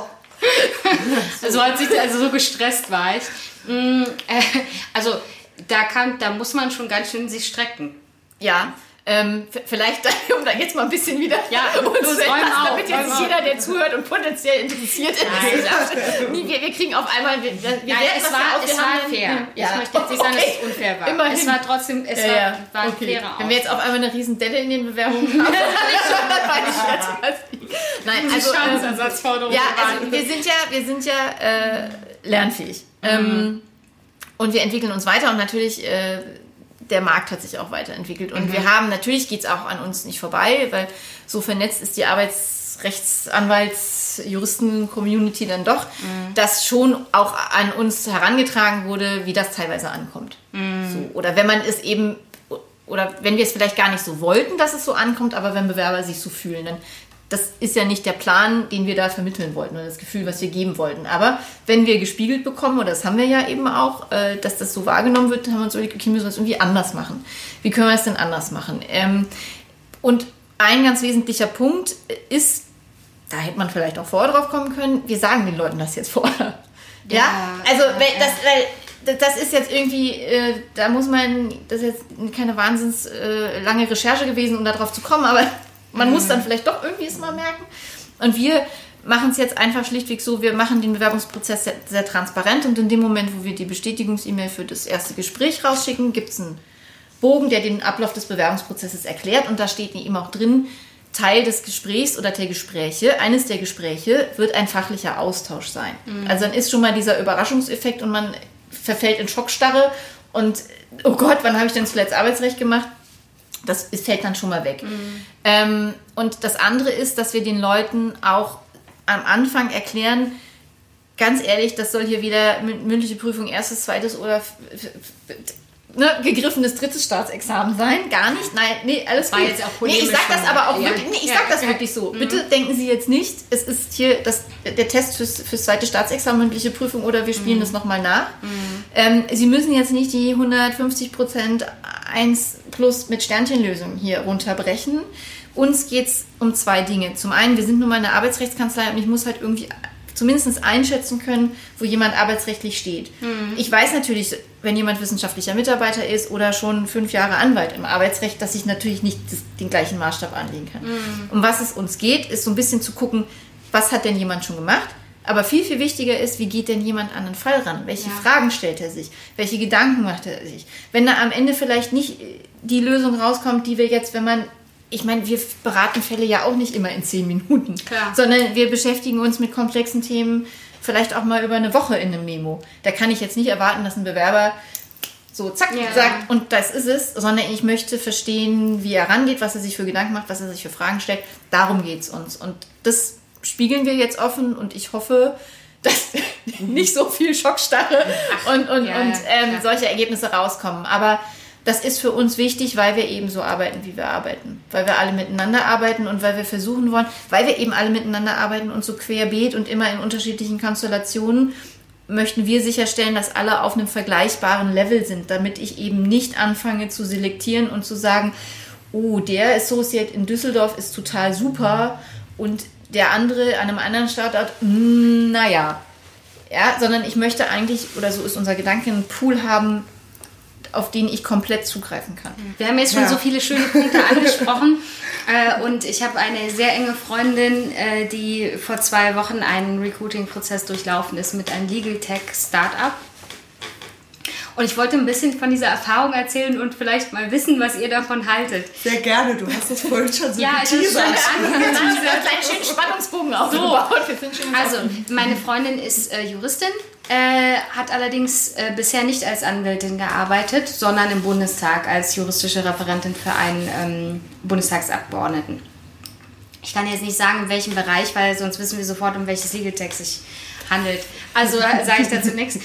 Also so gestresst war ich. Also da muss man schon ganz schön sich strecken. Ja, vielleicht, um da jetzt mal ein bisschen wieder uns damit jetzt jeder, der zuhört und potenziell interessiert ist. Wir kriegen auf einmal... Es war fair. Ich möchte jetzt nicht sagen, dass es unfair war. Immerhin. Es war trotzdem ein fairer Ausdruck. Wenn wir jetzt auf einmal eine riesen Delle in den Bewerbungen haben, dann weiß ich schon, Nein, also Schadensersatzforderung. Also wir sind ja lernfähig. Und wir entwickeln uns weiter und natürlich der Markt hat sich auch weiterentwickelt. Und wir haben, natürlich geht es auch an uns nicht vorbei, weil so vernetzt ist die Juristen-Community dann doch, dass schon auch an uns herangetragen wurde, wie das teilweise ankommt. So. Oder wenn man es eben, oder wenn wir es vielleicht gar nicht so wollten, dass es so ankommt, aber wenn Bewerber sich so fühlen, dann das ist ja nicht der Plan, den wir da vermitteln wollten oder das Gefühl, was wir geben wollten. Aber wenn wir gespiegelt bekommen, oder das haben wir ja eben auch, dass das so wahrgenommen wird, haben wir uns überlegt, okay, müssen wir es irgendwie anders machen. Wie können wir es denn anders machen? Und ein ganz wesentlicher Punkt ist, da hätte man vielleicht auch vorher drauf kommen können, wir sagen den Leuten das jetzt vorher. Ja? Also, das ist jetzt irgendwie, da muss man, das ist jetzt keine wahnsinns lange Recherche gewesen, um da drauf zu kommen, aber man muss dann vielleicht doch irgendwie es mal merken. Und wir machen es jetzt einfach schlichtweg so, wir machen den Bewerbungsprozess sehr, sehr transparent und in dem Moment, wo wir die Bestätigungs-E-Mail für das erste Gespräch rausschicken, gibt es einen Bogen, der den Ablauf des Bewerbungsprozesses erklärt und da steht eben auch drin, Teil des Gesprächs oder der Gespräche, eines der Gespräche wird ein fachlicher Austausch sein. Also dann ist schon mal dieser Überraschungseffekt und man verfällt in Schockstarre und oh Gott, wann habe ich denn zuletzt Arbeitsrecht gemacht? Das fällt dann schon mal weg. Und das andere ist, dass wir den Leuten auch am Anfang erklären, ganz ehrlich, das soll hier weder mündliche Prüfung erstes, zweites oder gegriffenes drittes Staatsexamen sein. Gar nicht. Nein, nee, alles gut. Jetzt auch ich sag das aber auch wirklich, ich sag das wirklich so. Bitte denken Sie jetzt nicht, es ist hier der Test fürs zweite Staatsexamen, mündliche Prüfung oder wir spielen das nochmal nach. Sie müssen jetzt nicht die 150% 1+ mit Sternchenlösung hier runterbrechen. Uns geht es um zwei Dinge. Zum einen, wir sind nun mal eine Arbeitsrechtskanzlei und ich muss halt irgendwie zumindest einschätzen können, wo jemand arbeitsrechtlich steht. Ich weiß natürlich, wenn jemand wissenschaftlicher Mitarbeiter ist oder schon 5 Jahre Anwalt im Arbeitsrecht, dass ich natürlich nicht den gleichen Maßstab anlegen kann. Um was es uns geht, ist so ein bisschen zu gucken, was hat denn jemand schon gemacht? Aber viel, viel wichtiger ist, wie geht denn jemand an den Fall ran? Welche Fragen stellt er sich? Welche Gedanken macht er sich? Wenn da am Ende vielleicht nicht die Lösung rauskommt, die wir jetzt, ich meine, wir beraten Fälle ja auch nicht immer in 10 Minuten, sondern wir beschäftigen uns mit komplexen Themen vielleicht auch mal über eine Woche in einem Memo. Da kann ich jetzt nicht erwarten, dass ein Bewerber so zack sagt und das ist es, sondern ich möchte verstehen, wie er rangeht, was er sich für Gedanken macht, was er sich für Fragen stellt. Darum geht es uns. Und das spiegeln wir jetzt offen und ich hoffe, dass nicht so viel Schockstarre und solche Ergebnisse rauskommen. Aber das ist für uns wichtig, weil wir eben so arbeiten, wie wir arbeiten. Weil wir alle miteinander arbeiten und weil wir versuchen wollen, weil wir eben alle miteinander arbeiten und so querbeet und immer in unterschiedlichen Konstellationen, möchten wir sicherstellen, dass alle auf einem vergleichbaren Level sind, damit ich eben nicht anfange zu selektieren und zu sagen, oh, der Associate in Düsseldorf ist total super und der andere an einem anderen Standort, naja. Ja, sondern ich möchte eigentlich, oder so ist unser Gedanke, einen Pool haben, auf den ich komplett zugreifen kann. Wir haben jetzt schon so viele schöne Punkte angesprochen und ich habe eine sehr enge Freundin, die vor 2 Wochen einen Recruiting-Prozess durchlaufen ist mit einem Legal Tech Startup. Und ich wollte ein bisschen von dieser Erfahrung erzählen und vielleicht mal wissen, was ihr davon haltet. Sehr gerne, du hast das vorhin schon so geteasert. Ja, ich habe schon einen schönen Spannungsbogen aufgebaut. Also, meine Freundin ist Juristin, hat allerdings bisher nicht als Anwältin gearbeitet, sondern im Bundestag als juristische Referentin für einen Bundestagsabgeordneten. Ich kann jetzt nicht sagen, in welchem Bereich, weil sonst wissen wir sofort, um welches Legal Tech sich handelt. Also sage ich dazu nichts.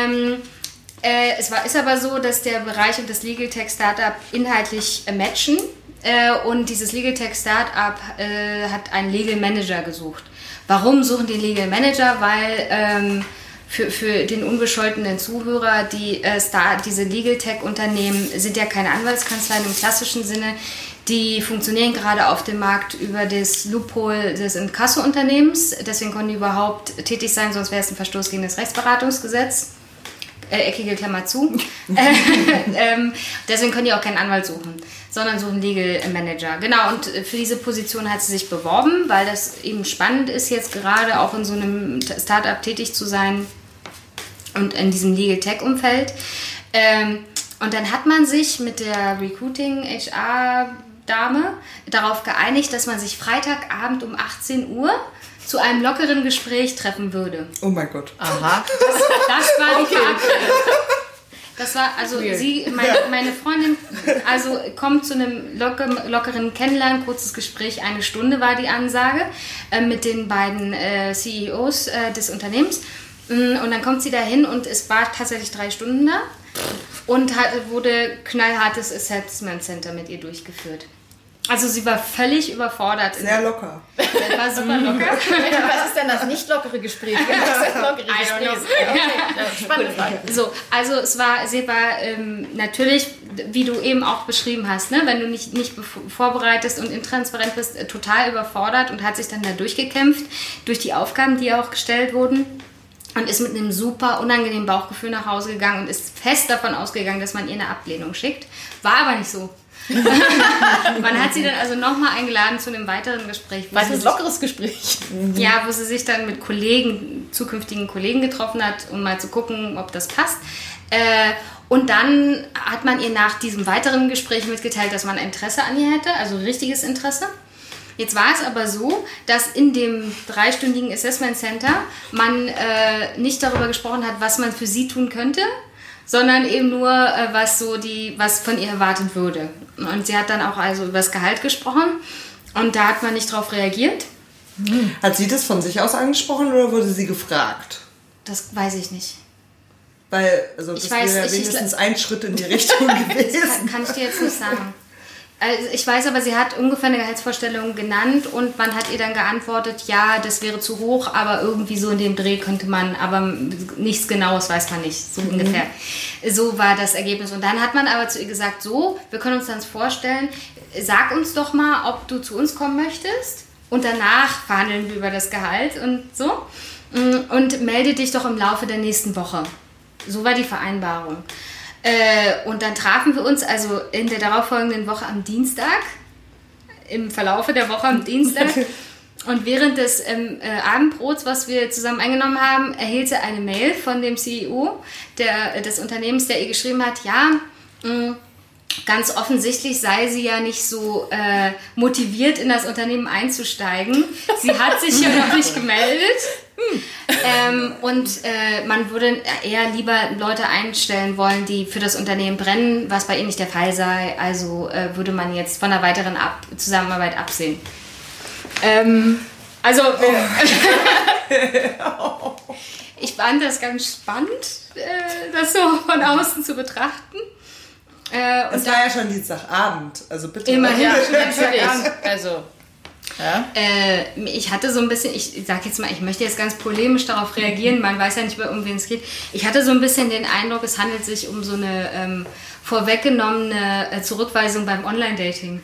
Ist aber so, dass der Bereich und das Legal Tech Startup inhaltlich matchen und dieses Legal Tech Startup hat einen Legal Manager gesucht. Warum suchen die Legal Manager? Weil für den unbescholtenen Zuhörer, diese Legal Tech Unternehmen sind ja keine Anwaltskanzleien im klassischen Sinne. Die funktionieren gerade auf dem Markt über das Loophole des Inkasso-Unternehmens. Deswegen konnten die überhaupt tätig sein, sonst wäre es ein Verstoß gegen das Rechtsberatungsgesetz. Eckige Klammer zu. Deswegen können die auch keinen Anwalt suchen, sondern suchen Legal Manager. Genau, und für diese Position hat sie sich beworben, weil das eben spannend ist, jetzt gerade auch in so einem Startup tätig zu sein und in diesem Legal Tech Umfeld. Und dann hat man sich mit der Recruiting HR Dame darauf geeinigt, dass man sich Freitagabend um 18 Uhr zu einem lockeren Gespräch treffen würde. Oh mein Gott. Aha. Das war die Verabredung. Das war, also meine Freundin, also kommt zu einem lockeren Kennenlernen, kurzes Gespräch, 1 Stunde war die Ansage, mit den beiden CEOs des Unternehmens. Und dann kommt sie dahin und es war tatsächlich 3 Stunden da und wurde knallhartes Assessment Center mit ihr durchgeführt. Also sie war völlig überfordert. Sehr locker. Das war super locker. Was ist denn das nicht lockere Gespräch? Was ist das lockere Gespräch? Okay. Spannende Frage. So, also sie war natürlich, wie du eben auch beschrieben hast, ne, wenn du nicht vorbereitet und intransparent bist, total überfordert und hat sich dann da durchgekämpft durch die Aufgaben, die ihr auch gestellt wurden. Und ist mit einem super unangenehmen Bauchgefühl nach Hause gegangen und ist fest davon ausgegangen, dass man ihr eine Ablehnung schickt. War aber nicht so. Man hat sie dann also nochmal eingeladen zu einem weiteren Gespräch. Ein lockeres Gespräch. Ja, wo sie sich dann mit zukünftigen Kollegen getroffen hat, um mal zu gucken, ob das passt. Und dann hat man ihr nach diesem weiteren Gespräch mitgeteilt, dass man Interesse an ihr hätte, also richtiges Interesse. Jetzt war es aber so, dass in dem 3-stündigen Assessment Center man nicht darüber gesprochen hat, was man für sie tun könnte, sondern eben nur, was von ihr erwartet würde. Und sie hat dann auch also über das Gehalt gesprochen und da hat man nicht drauf reagiert. Hat sie das von sich aus angesprochen oder wurde sie gefragt? Das weiß ich nicht. Weil, also das wäre ja wenigstens ein Schritt in die Richtung gewesen. Das kann ich dir jetzt nicht sagen. Also ich weiß aber, sie hat ungefähr eine Gehaltsvorstellung genannt und man hat ihr dann geantwortet, ja, das wäre zu hoch, aber irgendwie so in dem Dreh könnte man, aber nichts Genaues weiß man nicht, so ungefähr. So war das Ergebnis. Und dann hat man aber zu ihr gesagt, so, wir können uns das vorstellen, sag uns doch mal, ob du zu uns kommen möchtest und danach verhandeln wir über das Gehalt und so und melde dich doch im Laufe der nächsten Woche. So war die Vereinbarung. Und dann trafen wir uns also in der darauffolgenden Woche am Dienstag, im Verlaufe der Woche am Dienstag. Und während des Abendbrots, was wir zusammen eingenommen haben, erhielt sie eine Mail von dem CEO des Unternehmens, der ihr geschrieben hat, ja, ganz offensichtlich sei sie ja nicht so motiviert, in das Unternehmen einzusteigen. Sie hat sich ja noch nicht gemeldet. Man würde eher lieber Leute einstellen wollen, die für das Unternehmen brennen, was bei ihr nicht der Fall sei. Also würde man jetzt von einer weiteren Zusammenarbeit absehen. Ich fand das ganz spannend, das so von außen zu betrachten. Es war ja schon Dienstagabend, also bitte. Immerhin, ja, natürlich. Also, ja. Ich hatte so ein bisschen, ich sag jetzt mal, ich möchte jetzt ganz polemisch darauf reagieren, man weiß ja nicht, um wen es geht. Ich hatte so ein bisschen den Eindruck, es handelt sich um so eine vorweggenommene Zurückweisung beim Online-Dating.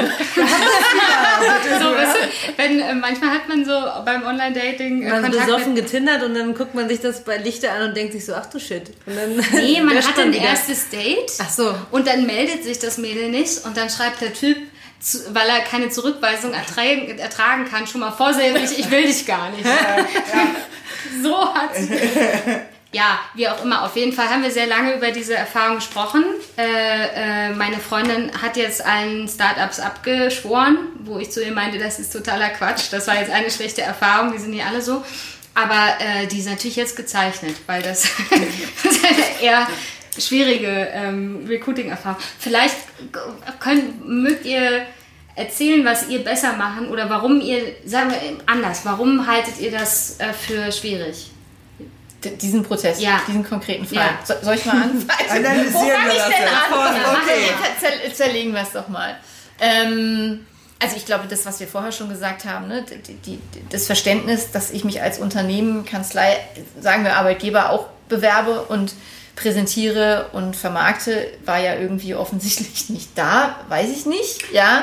Manchmal hat man so beim Online-Dating man besoffen getindert und dann guckt man sich das bei Lichter an und denkt sich so, ach du Shit. Und dann nee, man hat ein erstes Date. Ach so. Und dann meldet sich das Mädel nicht und dann schreibt der Typ, weil er keine Zurückweisung ertragen kann, schon mal vorsätzlich, ich will dich gar nicht. So hat ja, wie auch immer, auf jeden Fall haben wir sehr lange über diese Erfahrung gesprochen. Meine Freundin hat jetzt allen Startups abgeschworen, wo ich zu ihr meinte, das ist totaler Quatsch, das war jetzt eine schlechte Erfahrung, die sind nicht alle so. Aber die ist natürlich jetzt gezeichnet, weil das ist eine eher schwierige Recruiting-Erfahrung. Vielleicht mögt ihr erzählen, was ihr besser machen oder warum ihr, sagen wir anders, warum haltet ihr das für schwierig? Diesen Prozess, diesen konkreten Fall. Ja. Soll ich mal anfangen? Analysieren wir das jetzt. Okay. Zerlegen wir es doch mal. Also ich glaube, das, was wir vorher schon gesagt haben, ne, das Verständnis, dass ich mich als Unternehmen, Kanzlei, sagen wir Arbeitgeber auch bewerbe und präsentiere und vermarkte, war ja irgendwie offensichtlich nicht da, weiß ich nicht, ja.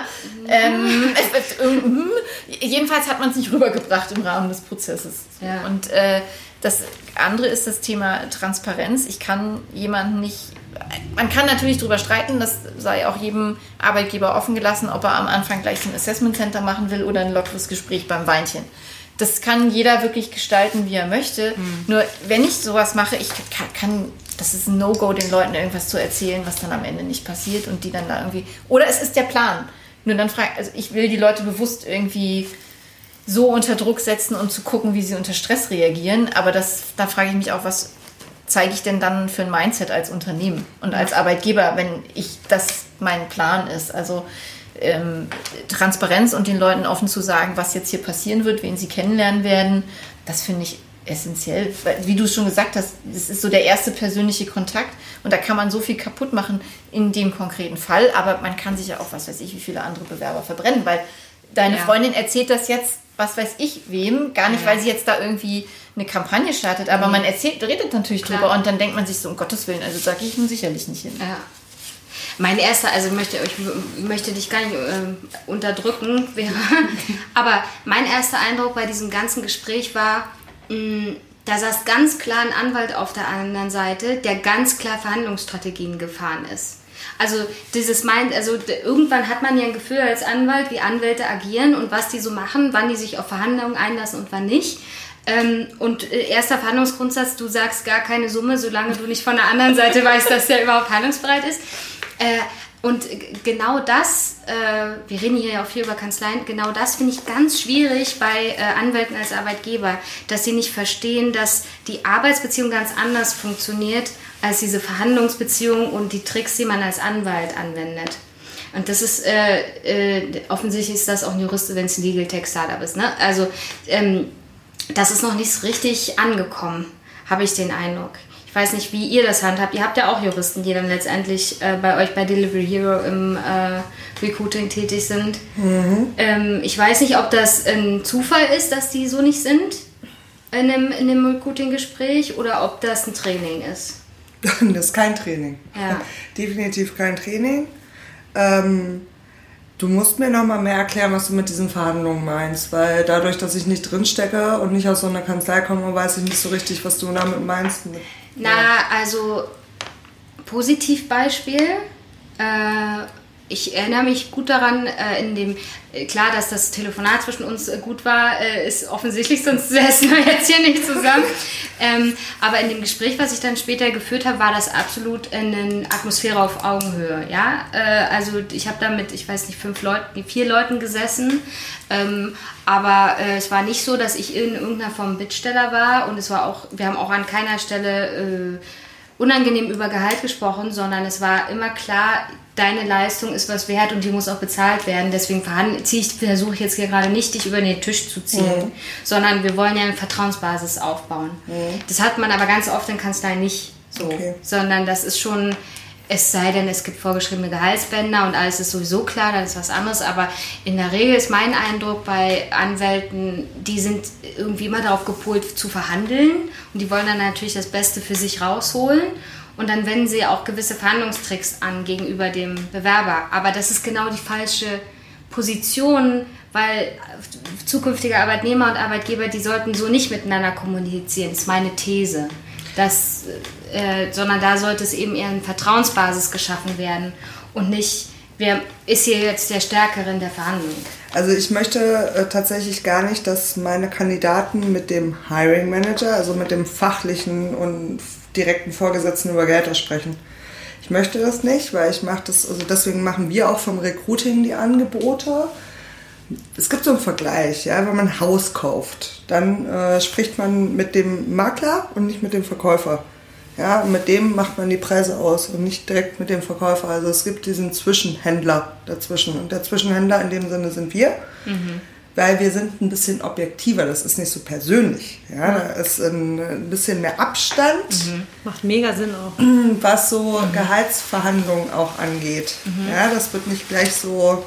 Jedenfalls hat man es nicht rübergebracht im Rahmen des Prozesses. Ja. Und das andere ist das Thema Transparenz. Ich kann jemanden nicht, man kann natürlich drüber streiten, das sei auch jedem Arbeitgeber offen gelassen, ob er am Anfang gleich so ein Assessment Center machen will oder ein lockeres Gespräch beim Weinchen. Das kann jeder wirklich gestalten, wie er möchte. Nur wenn ich sowas mache, ich kann, das ist ein No-Go, den Leuten irgendwas zu erzählen, was dann am Ende nicht passiert und die dann da irgendwie, oder es ist der Plan. Nur dann also ich will die Leute bewusst irgendwie so unter Druck setzen, um zu gucken, wie sie unter Stress reagieren. Aber da frage ich mich auch, was zeige ich denn dann für ein Mindset als Unternehmen und als Arbeitgeber, wenn das mein Plan ist? Also Transparenz und den Leuten offen zu sagen, was jetzt hier passieren wird, wen sie kennenlernen werden, das finde ich essentiell. Wie du schon gesagt hast, das ist so der erste persönliche Kontakt und da kann man so viel kaputt machen in dem konkreten Fall, aber man kann sich ja auch, was weiß ich, wie viele andere Bewerber verbrennen, weil deine Freundin erzählt das jetzt, was weiß ich wem, gar nicht, weil sie jetzt da irgendwie eine Kampagne startet, aber man redet natürlich drüber und dann denkt man sich so, um Gottes Willen, also da gehe ich nun sicherlich nicht hin. Ja. Mein erster, also ich möchte dich gar nicht unterdrücken, Vera, aber mein erster Eindruck bei diesem ganzen Gespräch war, da saß ganz klar ein Anwalt auf der anderen Seite, der ganz klar Verhandlungsstrategien gefahren ist. Also irgendwann hat man ja ein Gefühl als Anwalt, wie Anwälte agieren und was die so machen, wann die sich auf Verhandlungen einlassen und wann nicht. Und erster Verhandlungsgrundsatz, du sagst gar keine Summe, solange du nicht von der anderen Seite weißt, dass der überhaupt verhandlungsbereit ist. Und genau das, wir reden hier ja auch viel über Kanzleien, genau das finde ich ganz schwierig bei Anwälten als Arbeitgeber, dass sie nicht verstehen, dass die Arbeitsbeziehung ganz anders funktioniert als diese Verhandlungsbeziehung und die Tricks, die man als Anwalt anwendet. Und das ist, offensichtlich ist das auch ein Jurist, wenn es ein Legal Tech Startup ist. Ne? Also das ist noch nicht so richtig angekommen, habe ich den Eindruck. Ich weiß nicht, wie ihr das handhabt. Ihr habt ja auch Juristen, die dann letztendlich bei euch bei Delivery Hero im Recruiting tätig sind. Ich weiß nicht, ob das ein Zufall ist, dass die so nicht sind in dem Recruiting-Gespräch oder ob das ein Training ist. Das ist kein Training. Ja. Definitiv kein Training. Du musst mir noch mal mehr erklären, was du mit diesen Verhandlungen meinst, weil dadurch, dass ich nicht drinstecke und nicht aus so einer Kanzlei komme, weiß ich nicht so richtig, was du damit meinst. Also Positivbeispiel. Ich erinnere mich gut daran, klar, dass das Telefonat zwischen uns gut war, ist offensichtlich, sonst säßen wir jetzt hier nicht zusammen. Aber in dem Gespräch, was ich dann später geführt habe, war das absolut eine Atmosphäre auf Augenhöhe. Ja? Also ich habe da mit, ich weiß nicht, 4 Leuten gesessen, aber es war nicht so, dass ich in irgendeiner Form Bittsteller war und wir haben auch an keiner Stelle unangenehm über Gehalt gesprochen, sondern es war immer klar, deine Leistung ist was wert und die muss auch bezahlt werden. Deswegen versuche ich jetzt hier gerade nicht, dich über den Tisch zu ziehen, sondern wir wollen ja eine Vertrauensbasis aufbauen. Das hat man aber ganz oft in Kanzleien nicht so, sondern das ist schon, es sei denn, es gibt vorgeschriebene Gehaltsbänder und alles ist sowieso klar, dann ist was anderes. Aber in der Regel ist mein Eindruck bei Anwälten, die sind irgendwie immer darauf gepolt zu verhandeln und die wollen dann natürlich das Beste für sich rausholen. Und dann wenden sie auch gewisse Verhandlungstricks an gegenüber dem Bewerber. Aber das ist genau die falsche Position, weil zukünftige Arbeitnehmer und Arbeitgeber, die sollten so nicht miteinander kommunizieren. Das ist meine These. Sondern da sollte es eben eher eine Vertrauensbasis geschaffen werden und nicht, wer ist hier jetzt der Stärkere in der Verhandlung. Also ich möchte tatsächlich gar nicht, dass meine Kandidaten mit dem Hiring Manager, also mit dem fachlichen und direkten Vorgesetzten über Gehälter sprechen. Ich möchte das nicht, weil deswegen machen wir auch vom Recruiting die Angebote. Es gibt so einen Vergleich, ja, wenn man ein Haus kauft, dann spricht man mit dem Makler und nicht mit dem Verkäufer. Ja, und mit dem macht man die Preise aus und nicht direkt mit dem Verkäufer. Also es gibt diesen Zwischenhändler dazwischen. Und der Zwischenhändler in dem Sinne sind wir, weil wir sind ein bisschen objektiver. Das ist nicht so persönlich. Ja, da ist ein bisschen mehr Abstand. Macht mega Sinn auch. Was so Gehaltsverhandlungen auch angeht. Ja, das wird nicht gleich so,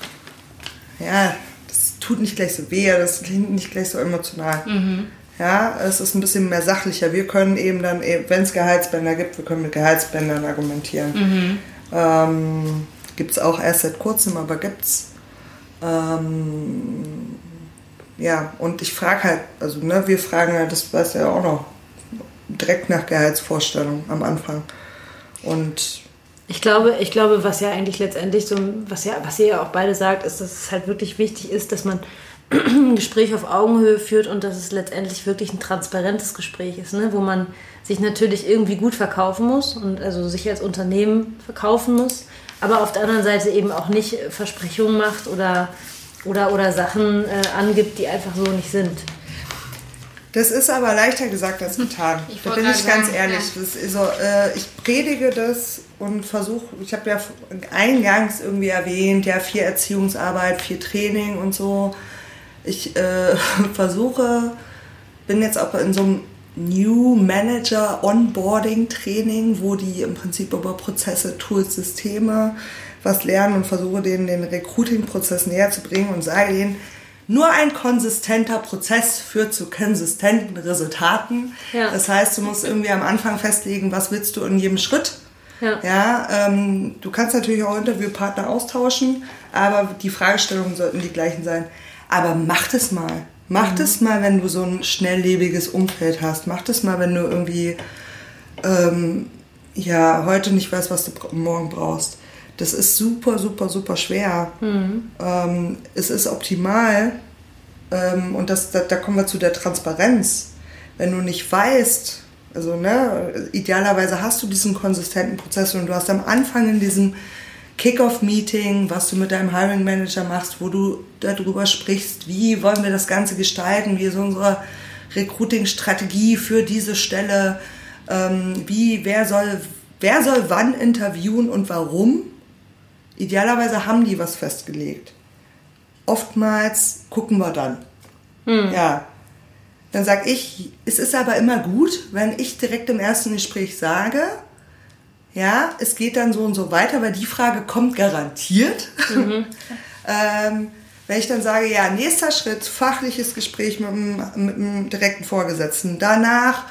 ja, das tut nicht gleich so weh, das klingt nicht gleich so emotional. Ja, es ist ein bisschen mehr sachlicher. Wir können eben dann, wenn es Gehaltsbänder gibt, wir können mit Gehaltsbändern argumentieren. Gibt es auch erst seit kurzem, aber gibt's. Ja, und ich frage halt, also wir fragen halt, das weißt du ja auch noch, direkt nach Gehaltsvorstellung am Anfang. Und ich glaube, was ja eigentlich letztendlich so, was ihr ja auch beide sagt, ist, dass es halt wirklich wichtig ist, dass man ein Gespräch auf Augenhöhe führt und dass es letztendlich wirklich ein transparentes Gespräch ist, ne? Wo man sich natürlich irgendwie gut verkaufen muss und also sich als Unternehmen verkaufen muss, aber auf der anderen Seite eben auch nicht Versprechungen macht oder Sachen angibt, die einfach so nicht sind. Das ist aber leichter gesagt als getan. Da bin ich ganz ehrlich. Ja. Das ist so, ich predige das und versuche, ich habe ja eingangs irgendwie erwähnt, ja, viel Erziehungsarbeit, viel Training und so. Ich bin jetzt auch in so einem New Manager Onboarding Training, wo die im Prinzip über Prozesse, Tools, Systeme was lernen und versuche denen den Recruiting-Prozess näher zu bringen und sage denen, nur ein konsistenter Prozess führt zu konsistenten Resultaten. Ja. Das heißt, du musst irgendwie am Anfang festlegen, was willst du in jedem Schritt. Ja, du kannst natürlich auch Interviewpartner austauschen, aber die Fragestellungen sollten die gleichen sein. Aber mach das mal. Mach das mal, wenn du so ein schnelllebiges Umfeld hast. Mach das mal, wenn du irgendwie heute nicht weißt, was du morgen brauchst. Das ist super, super, super schwer. Es ist optimal. Und da kommen wir zu der Transparenz. Wenn du nicht weißt, also idealerweise hast du diesen konsistenten Prozess und du hast am Anfang in diesem Kick-Off-Meeting, was du mit deinem Hiring Manager machst, wo du darüber sprichst, wie wollen wir das Ganze gestalten, wie ist unsere Recruiting-Strategie für diese Stelle, wer soll wann interviewen und warum. Idealerweise haben die was festgelegt. Oftmals gucken wir dann. Ja. Dann sage ich, es ist aber immer gut, wenn ich direkt im ersten Gespräch sage, ja, es geht dann so und so weiter, weil die Frage kommt garantiert. Wenn ich dann sage, ja, nächster Schritt, fachliches Gespräch mit dem direkten Vorgesetzten. Danach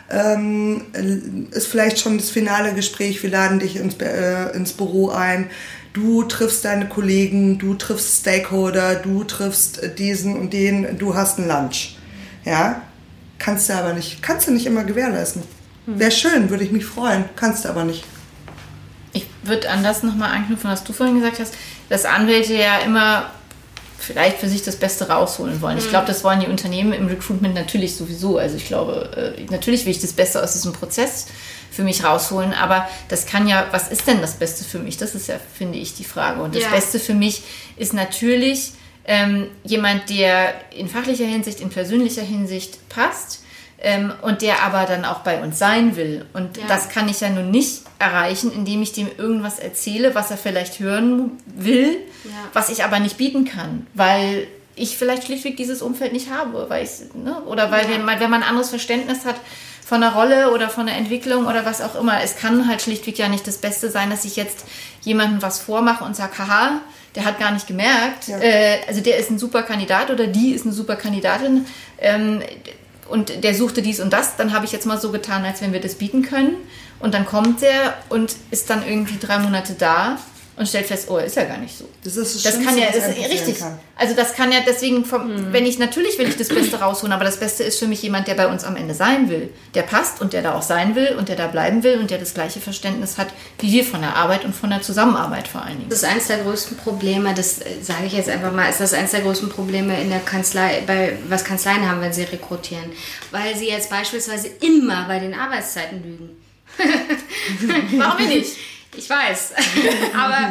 ist vielleicht schon das finale Gespräch, wir laden dich ins Büro ein. Du triffst deine Kollegen, du triffst Stakeholder, du triffst diesen und den, du hast einen Lunch. Ja, kannst du nicht immer gewährleisten. Wäre schön, würde ich mich freuen, kannst du aber nicht. Ich würde an das nochmal anknüpfen, was du vorhin gesagt hast, dass Anwälte ja immer vielleicht für sich das Beste rausholen wollen. Ich glaube, das wollen die Unternehmen im Recruitment natürlich sowieso. Also ich glaube, natürlich will ich das Beste aus diesem Prozess für mich rausholen, aber das kann ja, was ist denn das Beste für mich? Das ist ja, finde ich, die Frage. Und das Beste für mich ist natürlich jemand, der in fachlicher Hinsicht, in persönlicher Hinsicht passt und der aber dann auch bei uns sein will. Und das kann ich ja nun nicht erreichen, indem ich dem irgendwas erzähle, was er vielleicht hören will, was ich aber nicht bieten kann, weil ich vielleicht schlichtweg dieses Umfeld nicht habe, weil wenn man ein anderes Verständnis hat von der Rolle oder von der Entwicklung oder was auch immer. Es kann halt schlichtweg ja nicht das Beste sein, dass ich jetzt jemandem was vormache und sage, haha, der hat gar nicht gemerkt, also der ist ein super Kandidat oder die ist eine super Kandidatin und der suchte dies und das, dann habe ich jetzt mal so getan, als wenn wir das bieten können und dann kommt der und ist dann irgendwie 3 Monate da und stellt fest, oh, ist ja gar nicht so. Das ist das kann ja, das ist richtig. Also das kann ja deswegen, natürlich will ich das Beste rausholen, aber das Beste ist für mich jemand, der bei uns am Ende sein will, der passt und der da auch sein will und der da bleiben will und der das gleiche Verständnis hat, wie wir von der Arbeit und von der Zusammenarbeit vor allen Dingen. Das ist eines der größten Probleme, das sage ich jetzt einfach mal, ist das eines der größten Probleme in der Kanzlei, was Kanzleien haben, wenn sie rekrutieren. Weil sie jetzt beispielsweise immer bei den Arbeitszeiten lügen. Warum nicht? Ich weiß, aber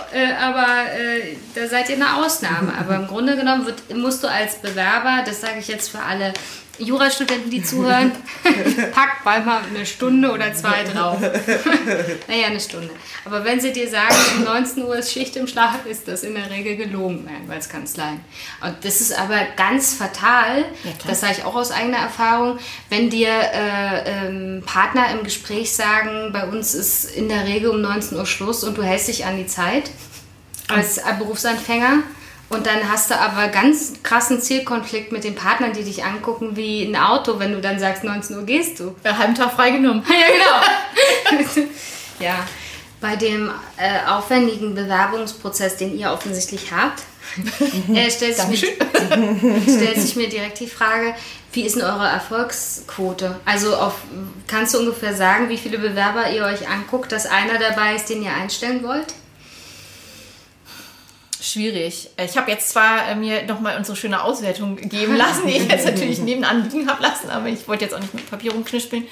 da seid ihr eine Ausnahme. Aber im Grunde genommen musst du als Bewerber, das sage ich jetzt für alle Jurastudenten, die zuhören, packt bald mal 1 Stunde oder 2 drauf. Naja, 1 Stunde. Aber wenn sie dir sagen, um 19 Uhr ist Schicht im Schlag, ist das in der Regel gelogen, als Kanzleien. Und das ist aber ganz fatal, das sage ich auch aus eigener Erfahrung, wenn dir Partner im Gespräch sagen, bei uns ist in der Regel um 19 Uhr Schluss und du hältst dich an die Zeit als Berufsanfänger. Und dann hast du aber ganz krassen Zielkonflikt mit den Partnern, die dich angucken wie ein Auto, wenn du dann sagst, 19 Uhr gehst du. Ja, halben Tag freigenommen. Ja, genau. Ja, bei dem aufwendigen Bewerbungsprozess, den ihr offensichtlich habt, stellt sich mir direkt die Frage, wie ist denn eure Erfolgsquote? Also kannst du ungefähr sagen, wie viele Bewerber ihr euch anguckt, dass einer dabei ist, den ihr einstellen wollt? Schwierig. Ich habe jetzt zwar mir nochmal unsere schöne Auswertung geben lassen, die ich jetzt natürlich nebenan liegen habe lassen, aber ich wollte jetzt auch nicht mit Papier rumknispeln.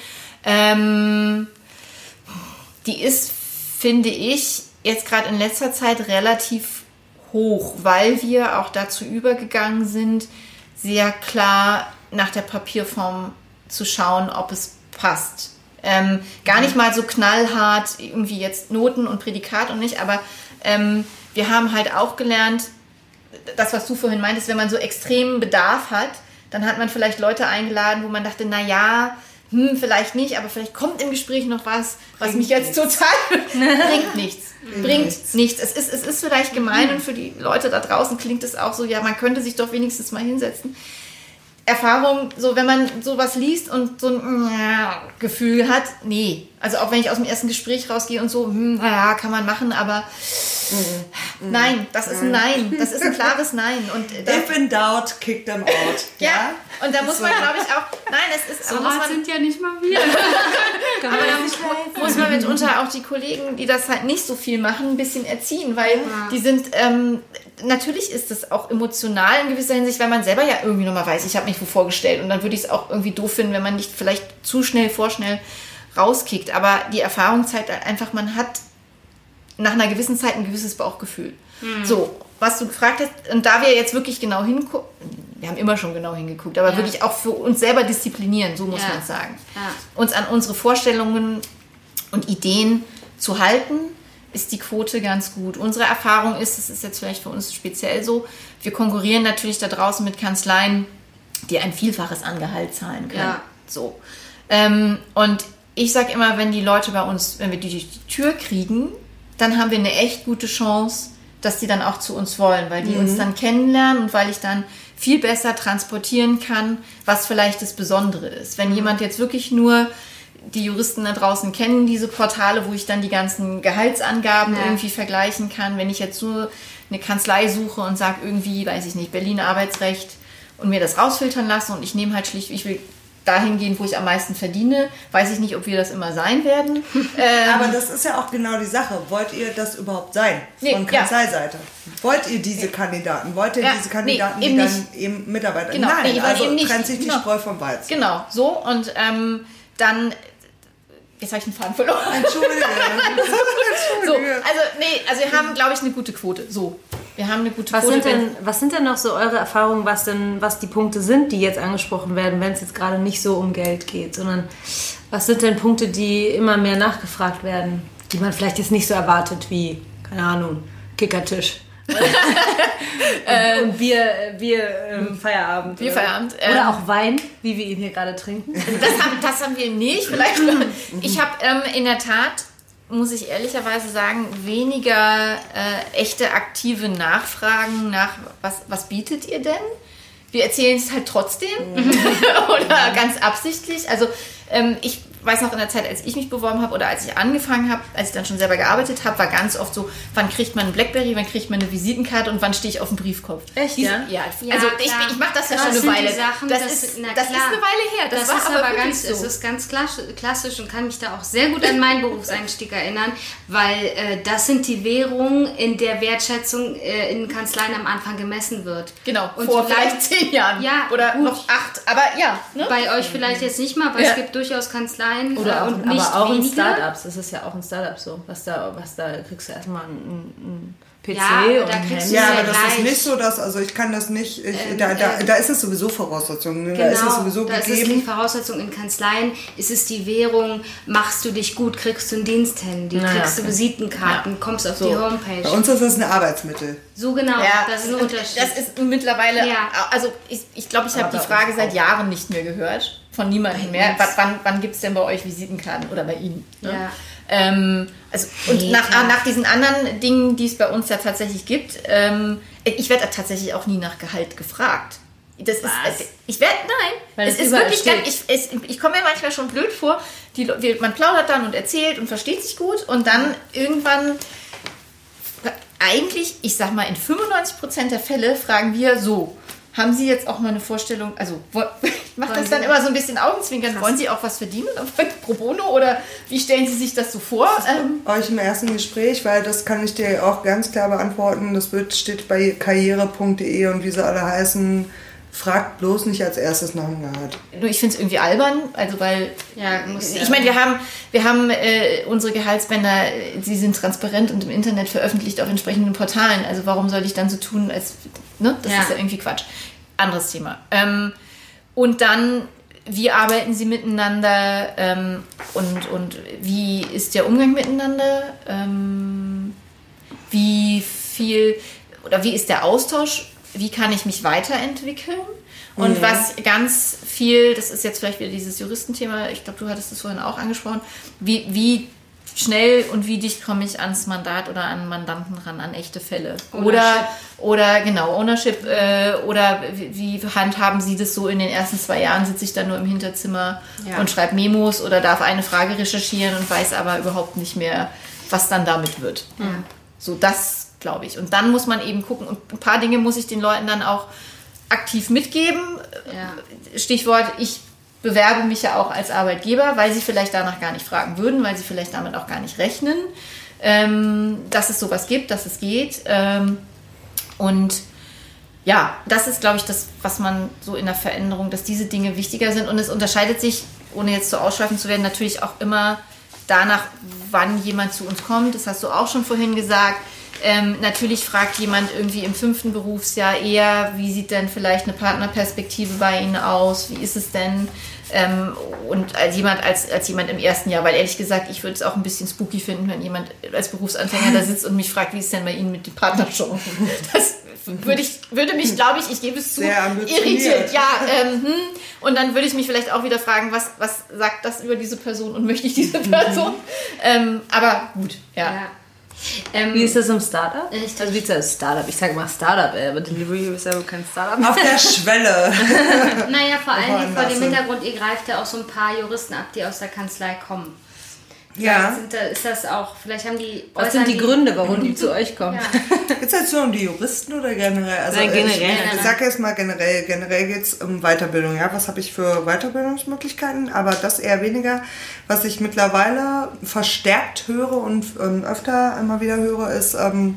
Die ist, finde ich, jetzt gerade in letzter Zeit relativ hoch, weil wir auch dazu übergegangen sind, sehr klar nach der Papierform zu schauen, ob es passt. Gar nicht mal so knallhart, irgendwie jetzt Noten und Prädikat und nicht, aber wir haben halt auch gelernt, das, was du vorhin meintest, wenn man so extremen Bedarf hat, dann hat man vielleicht Leute eingeladen, wo man dachte, vielleicht nicht, aber vielleicht kommt im Gespräch noch was mich jetzt total bringt nichts. Bringt nichts. Es ist vielleicht gemein und für die Leute da draußen klingt es auch so, ja, man könnte sich doch wenigstens mal hinsetzen. Erfahrung, so wenn man sowas liest und so ein Gefühl hat, nee. Also auch wenn ich aus dem ersten Gespräch rausgehe und so, kann man machen, aber nein, das ist ein Nein. Das ist ein klares Nein. Und if in doubt, kick them out. Ja, und da muss man, glaube ich, auch, so hart sind ja nicht mal wir. Aber da muss man mitunter auch die Kollegen, die das halt nicht so viel machen, ein bisschen erziehen, weil die sind, natürlich ist es auch emotional in gewisser Hinsicht, weil man selber ja irgendwie nochmal weiß, ich habe mich wo vorgestellt und dann würde ich es auch irgendwie doof finden, wenn man nicht vielleicht zu schnell, vorschnell rauskickt. Aber die Erfahrung zeigt einfach, man hat nach einer gewissen Zeit ein gewisses Bauchgefühl. So, was du gefragt hast, und da wir jetzt wirklich genau hingucken, wir haben immer schon genau hingeguckt, aber wirklich auch für uns selber disziplinieren, so muss man es sagen. Ja. Uns an unsere Vorstellungen und Ideen zu halten, ist die Quote ganz gut. Unsere Erfahrung ist, das ist jetzt vielleicht für uns speziell so, wir konkurrieren natürlich da draußen mit Kanzleien, die ein Vielfaches an Gehalt zahlen können. Ja. So. Und ich sage immer, wenn die Leute bei uns, wenn wir die durch die Tür kriegen, dann haben wir eine echt gute Chance, dass die dann auch zu uns wollen, weil die uns dann kennenlernen und weil ich dann viel besser transportieren kann, was vielleicht das Besondere ist. Wenn jemand jetzt wirklich nur, die Juristen da draußen kennen diese Portale, wo ich dann die ganzen Gehaltsangaben irgendwie vergleichen kann. Wenn ich jetzt so eine Kanzlei suche und sage irgendwie, weiß ich nicht, Berliner Arbeitsrecht und mir das rausfiltern lasse und ich nehme halt schlicht, ich will dahin gehen, wo ich am meisten verdiene. Weiß ich nicht, ob wir das immer sein werden. Aber das ist ja auch genau die Sache. Wollt ihr das überhaupt sein? Von Kanzleiseite. Wollt ihr diese Kandidaten? Wollt ihr diese Kandidaten, die dann eben Mitarbeiter? Genau. Nein, also trennt sich die Spreu vom Weizen. Genau, so. Und dann... Jetzt habe ich den Faden verloren. Entschuldige. So, also wir haben, glaube ich, eine gute Quote. So, wir haben eine gute Quote. Was sind denn noch so eure Erfahrungen, was die Punkte sind, die jetzt angesprochen werden, wenn es jetzt gerade nicht so um Geld geht, sondern was sind denn Punkte, die immer mehr nachgefragt werden, die man vielleicht jetzt nicht so erwartet wie, keine Ahnung, Kickertisch. Und Bier Feierabend. Bierfeierabend. Oder auch Wein, wie wir ihn hier gerade trinken. Das haben wir nicht. Vielleicht. Ich habe in der Tat, muss ich ehrlicherweise sagen, weniger echte aktive Nachfragen nach, was bietet ihr denn? Wir erzählen es halt trotzdem oder ganz absichtlich. Also ich weiß noch in der Zeit, als ich mich beworben habe oder als ich angefangen habe, als ich dann schon selber gearbeitet habe, war ganz oft so, wann kriegt man ein Blackberry, wann kriegt man eine Visitenkarte und wann stehe ich auf dem Briefkopf. Echt, ja? Ja, also ich mache das ja schon eine Weile. Das ist eine Weile her. Das ist aber ganz, so. Es ist ganz klassisch und kann mich da auch sehr gut an meinen Berufseinstieg erinnern, weil das sind die Währungen, in der Wertschätzung in Kanzleien am Anfang gemessen wird. Genau, und vor vielleicht 10 Jahren oder gut. Noch 8, aber ja. Ne? Bei euch vielleicht jetzt nicht mal, aber es gibt durchaus Kanzleien oder und nicht aber auch weniger. in Startups, das ist ja auch in Startups so, was da kriegst du erstmal ein PC und ein Handy. Ja, aber das ist nicht so, dass, also ich kann das nicht, da ist es sowieso Voraussetzung, genau, da ist es sowieso da gegeben. Ist es die Voraussetzung in Kanzleien, ist es die Währung, machst du dich gut, kriegst du ein Diensthandy, kriegst du Visitenkarten, kommst auf die Homepage. Bei uns ist das ein Arbeitsmittel. So genau, das ist ein Unterschied. Das ist mittlerweile, also ich glaube, ich habe die Frage seit Jahren nicht mehr gehört, von niemandem mehr. Wann gibt es denn bei euch Visitenkarten oder bei Ihnen? Ne? Ja. Und nach diesen anderen Dingen, die es bei uns ja tatsächlich gibt, ich werde tatsächlich auch nie nach Gehalt gefragt. Es ist wirklich ich komme mir manchmal schon blöd vor, man plaudert dann und erzählt und versteht sich gut und dann irgendwann, eigentlich, ich sag mal, in 95% der Fälle fragen wir so, haben Sie jetzt auch mal eine Vorstellung, also ich mache das dann immer so ein bisschen Augenzwinkern, wollen Sie auch was verdienen pro bono oder wie stellen Sie sich das so vor? Euch im ersten Gespräch, weil das kann ich dir auch ganz klar beantworten, das steht bei karriere.de und wie sie alle heißen, fragt bloß nicht als erstes nach dem Gehalt. Ich finde es irgendwie albern, also weil, ich meine, wir haben unsere Gehaltsbänder, sie sind transparent und im Internet veröffentlicht auf entsprechenden Portalen, also warum soll ich dann so tun, als, ne, das ist ja irgendwie Quatsch. Anderes Thema. Und dann, wie arbeiten sie miteinander und wie ist der Umgang miteinander? Wie ist der Austausch? Wie kann ich mich weiterentwickeln? Und was ganz viel, das ist jetzt vielleicht wieder dieses Juristenthema, ich glaube, du hattest es vorhin auch angesprochen, wie schnell und wie dicht komme ich ans Mandat oder an Mandanten ran, an echte Fälle. Oder genau, Ownership, oder wie handhaben Sie das so in den ersten 2 Jahren? Sitze ich dann nur im Hinterzimmer und schreibe Memos oder darf eine Frage recherchieren und weiß aber überhaupt nicht mehr, was dann damit wird. Ja. So, das glaube ich. Und dann muss man eben gucken, und ein paar Dinge muss ich den Leuten dann auch aktiv mitgeben. Ja. Stichwort, ich bewerbe mich ja auch als Arbeitgeber, weil sie vielleicht danach gar nicht fragen würden, weil sie vielleicht damit auch gar nicht rechnen, dass es sowas gibt, dass es geht. Und ja, das ist, glaube ich, das, was man so in der Veränderung, dass diese Dinge wichtiger sind. Und es unterscheidet sich, ohne jetzt so ausschweifend zu werden, natürlich auch immer danach, wann jemand zu uns kommt. Das hast du auch schon vorhin gesagt. Natürlich fragt jemand irgendwie im 5. Berufsjahr eher, wie sieht denn vielleicht eine Partnerperspektive bei Ihnen aus? Wie ist es denn? Und als jemand im 1. Jahr, weil ehrlich gesagt, ich würde es auch ein bisschen spooky finden, wenn jemand als Berufsanfänger da sitzt und mich fragt, wie ist denn bei Ihnen mit den Partnerchancen? Das würde mich, glaube ich gebe es zu, irritiert. Ja, und dann würde ich mich vielleicht auch wieder fragen, was sagt das über diese Person und möchte ich diese Person? Aber gut, ja. Wie ist das im Startup? Also wie ist das Startup? Ich sage mal Startup, aber Delivery ist ja kein Startup. Auf der Schwelle. Naja, vor allem vor dem Hintergrund, ihr greift ja auch so ein paar Juristen ab, die aus der Kanzlei kommen. Ja. Ist das auch, vielleicht haben die... Was sind die Gründe, warum die zu euch kommen? Ja. Geht es jetzt nur um die Juristen oder generell? Also nein, generell. Ich sage jetzt mal generell. Generell geht es um Weiterbildung. Ja, was habe ich für Weiterbildungsmöglichkeiten? Aber das eher weniger. Was ich mittlerweile verstärkt höre und öfter immer wieder höre, ist,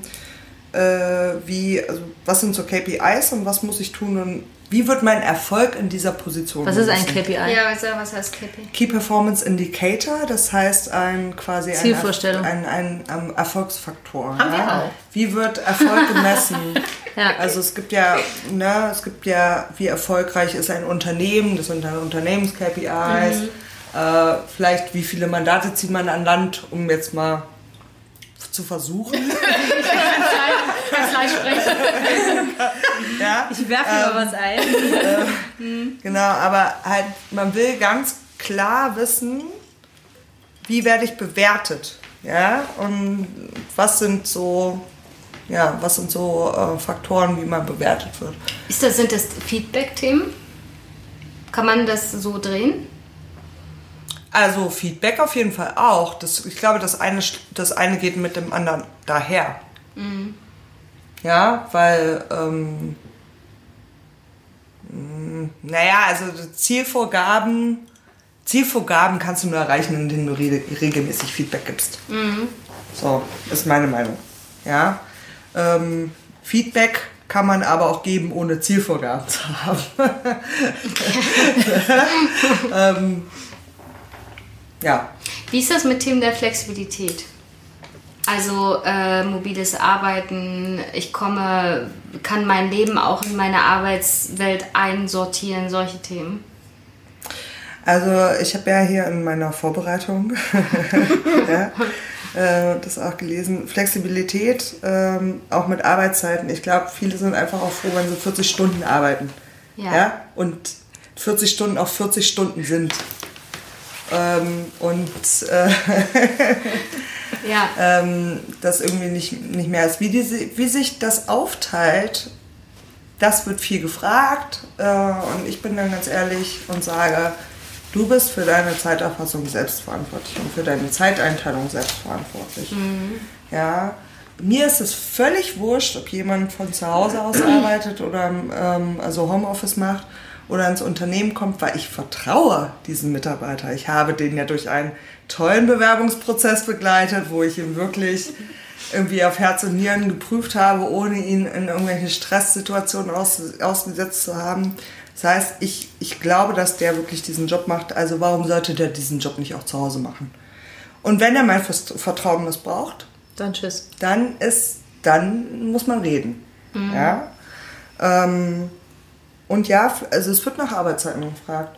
was sind so KPIs und was muss ich tun und wie wird mein Erfolg in dieser Position? Was ist ein KPI? Ja, was heißt KPI? Key Performance Indicator, das heißt quasi Zielvorstellung. ein Erfolgsfaktor. Haben wir auch. Wie wird Erfolg gemessen? Ja. Also es gibt ja, wie erfolgreich ist ein Unternehmen, das sind dann Unternehmens-KPIs, vielleicht wie viele Mandate zieht man an Land, um jetzt mal zu versuchen. Kanzlei sprechen. Ja, ich werfe mal was ein. Genau, aber halt, man will ganz klar wissen, wie werde ich bewertet, ja, und was sind so Faktoren, wie man bewertet wird. Sind das Feedback-Themen? Kann man das so drehen? Also Feedback auf jeden Fall auch. Ich glaube, das eine geht mit dem anderen daher. Mhm. Ja, weil, also Zielvorgaben kannst du nur erreichen, indem du regelmäßig Feedback gibst. Mhm. So, ist meine Meinung. Ja, Feedback kann man aber auch geben, ohne Zielvorgaben zu haben. Ja. Wie ist das mit Themen der Flexibilität? Also mobiles Arbeiten, kann mein Leben auch in meine Arbeitswelt einsortieren, solche Themen? Also ich habe ja hier in meiner Vorbereitung das auch gelesen, Flexibilität, auch mit Arbeitszeiten. Ich glaube, viele sind einfach auch froh, wenn sie 40 Stunden arbeiten. Ja? Und 40 Stunden auch 40 Stunden sind. Das irgendwie nicht mehr ist. Wie sich das aufteilt, das wird viel gefragt. Und ich bin dann ganz ehrlich und sage, du bist für deine Zeiterfassung selbstverantwortlich und für deine Zeiteinteilung selbstverantwortlich. Mhm. Ja, mir ist es völlig wurscht, ob jemand von zu Hause aus arbeitet oder also Homeoffice macht oder ins Unternehmen kommt, weil ich vertraue diesem Mitarbeiter. Ich habe den ja durch einen tollen Bewerbungsprozess begleitet, wo ich ihn wirklich irgendwie auf Herz und Nieren geprüft habe, ohne ihn in irgendwelche Stresssituationen ausgesetzt zu haben. Das heißt, ich glaube, dass der wirklich diesen Job macht. Also warum sollte der diesen Job nicht auch zu Hause machen? Und wenn er mein Vertrauen missbraucht, dann tschüss. Dann muss man reden. Mhm. Ja? Und ja, also es wird nach Arbeitszeiten gefragt.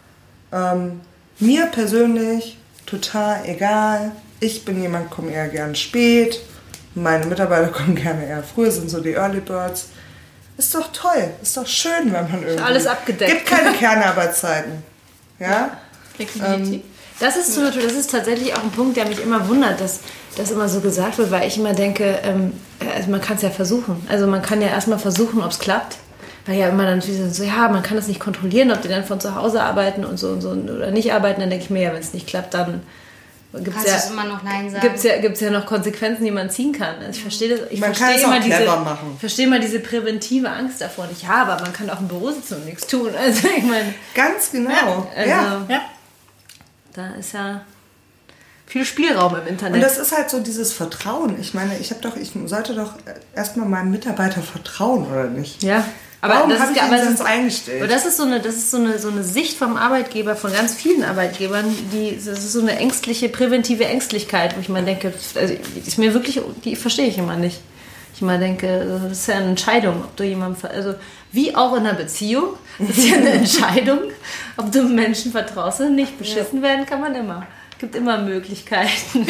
Mir persönlich total egal. Ich bin jemand, komme eher gern spät. Meine Mitarbeiter kommen gerne eher früh, sind so die Early Birds. Ist doch toll, ist doch schön, wenn man irgendwie... Alles abgedeckt. Gibt keine Kernarbeitszeiten. Ja? Flexibilität. Das ist tatsächlich auch ein Punkt, der mich immer wundert, dass das immer so gesagt wird, weil ich immer denke, also man kann es ja versuchen. Also man kann ja erstmal versuchen, ob es klappt. Weil ja immer dann natürlich so, ja, man kann das nicht kontrollieren, ob die dann von zu Hause arbeiten und so oder nicht arbeiten. Dann denke ich mir, ja, wenn es nicht klappt, dann Kannst du es immer noch Nein sagen? Gibt's ja noch Konsequenzen, die man ziehen kann. Also ich verstehe das. Man kann es auch clever machen. Ich verstehe mal diese präventive Angst davor nicht. Ja, aber man kann auch im Büro sitzen und nichts tun. Also ich meine... Ganz genau. Ja. Da ist ja viel Spielraum im Internet. Und das ist halt so dieses Vertrauen. Ich meine, ich sollte doch erstmal meinem Mitarbeiter vertrauen, oder nicht? Ja. Warum habe ich ihn das eingestellt? Aber das ist so eine Sicht vom Arbeitgeber, von ganz vielen Arbeitgebern, das ist so eine präventive Ängstlichkeit, wo ich mal denke, also ist mir wirklich, die verstehe ich immer nicht. Ich mal denke, das ist ja eine Entscheidung, ob du jemandem, also wie auch in einer Beziehung, das ist ja eine Entscheidung, ob du Menschen vertraust oder nicht. Beschissen werden kann man immer. Es gibt immer Möglichkeiten.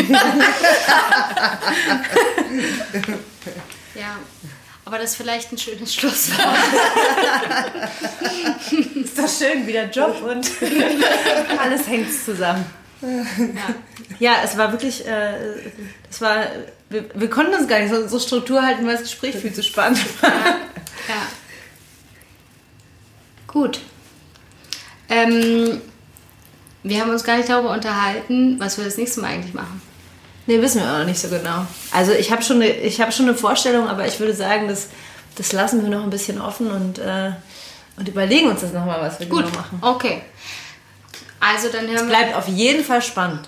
Ja. Aber das ist vielleicht ein schönes Schlusswort. Ist doch schön, wieder Job und alles hängt zusammen. Ja, es war wirklich, wir konnten uns gar nicht so Struktur halten, weil das Gespräch viel zu spannend war. Ja. Gut. Wir haben uns gar nicht darüber unterhalten, was wir das nächste Mal eigentlich machen. Nee, wissen wir auch noch nicht so genau. Also ich habe schon eine Vorstellung, aber ich würde sagen, das lassen wir noch ein bisschen offen und überlegen uns das nochmal, was wir genau machen. Okay. Also dann hören wir... Bleibt auf jeden Fall spannend.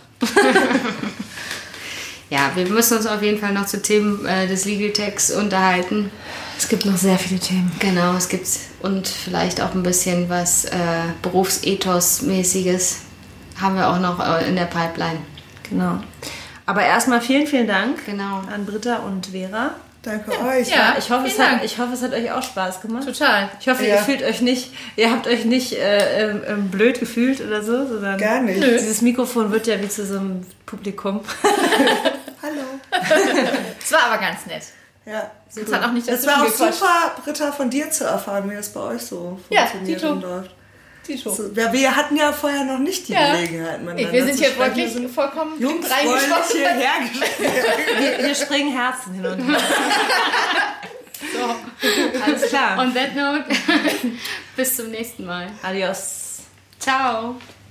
Ja, wir müssen uns auf jeden Fall noch zu Themen des Legal Techs unterhalten. Es gibt noch sehr viele Themen. Genau, es gibt und vielleicht auch ein bisschen was Berufsethos-mäßiges haben wir auch noch in der Pipeline. Genau. Aber erstmal vielen, vielen Dank an Britta und Vera. Danke euch. Ja, ich hoffe, es hat euch auch Spaß gemacht. Total. Ich hoffe, ihr habt euch nicht blöd gefühlt oder so, sondern gar nicht. Dieses Mikrofon wird ja wie zu so einem Publikum. Hallo. Es war aber ganz nett. Ja, es hat auch nicht das war auch super, Britta, von dir zu erfahren, wie das bei euch so funktioniert und läuft. So, wir hatten ja vorher noch nicht die Gelegenheit. Wir sind hier wirklich vollkommen jungfräulich hierher gestellt. Wir springen Herzen hin und her. So, alles klar. On that note, bis zum nächsten Mal. Adios. Ciao.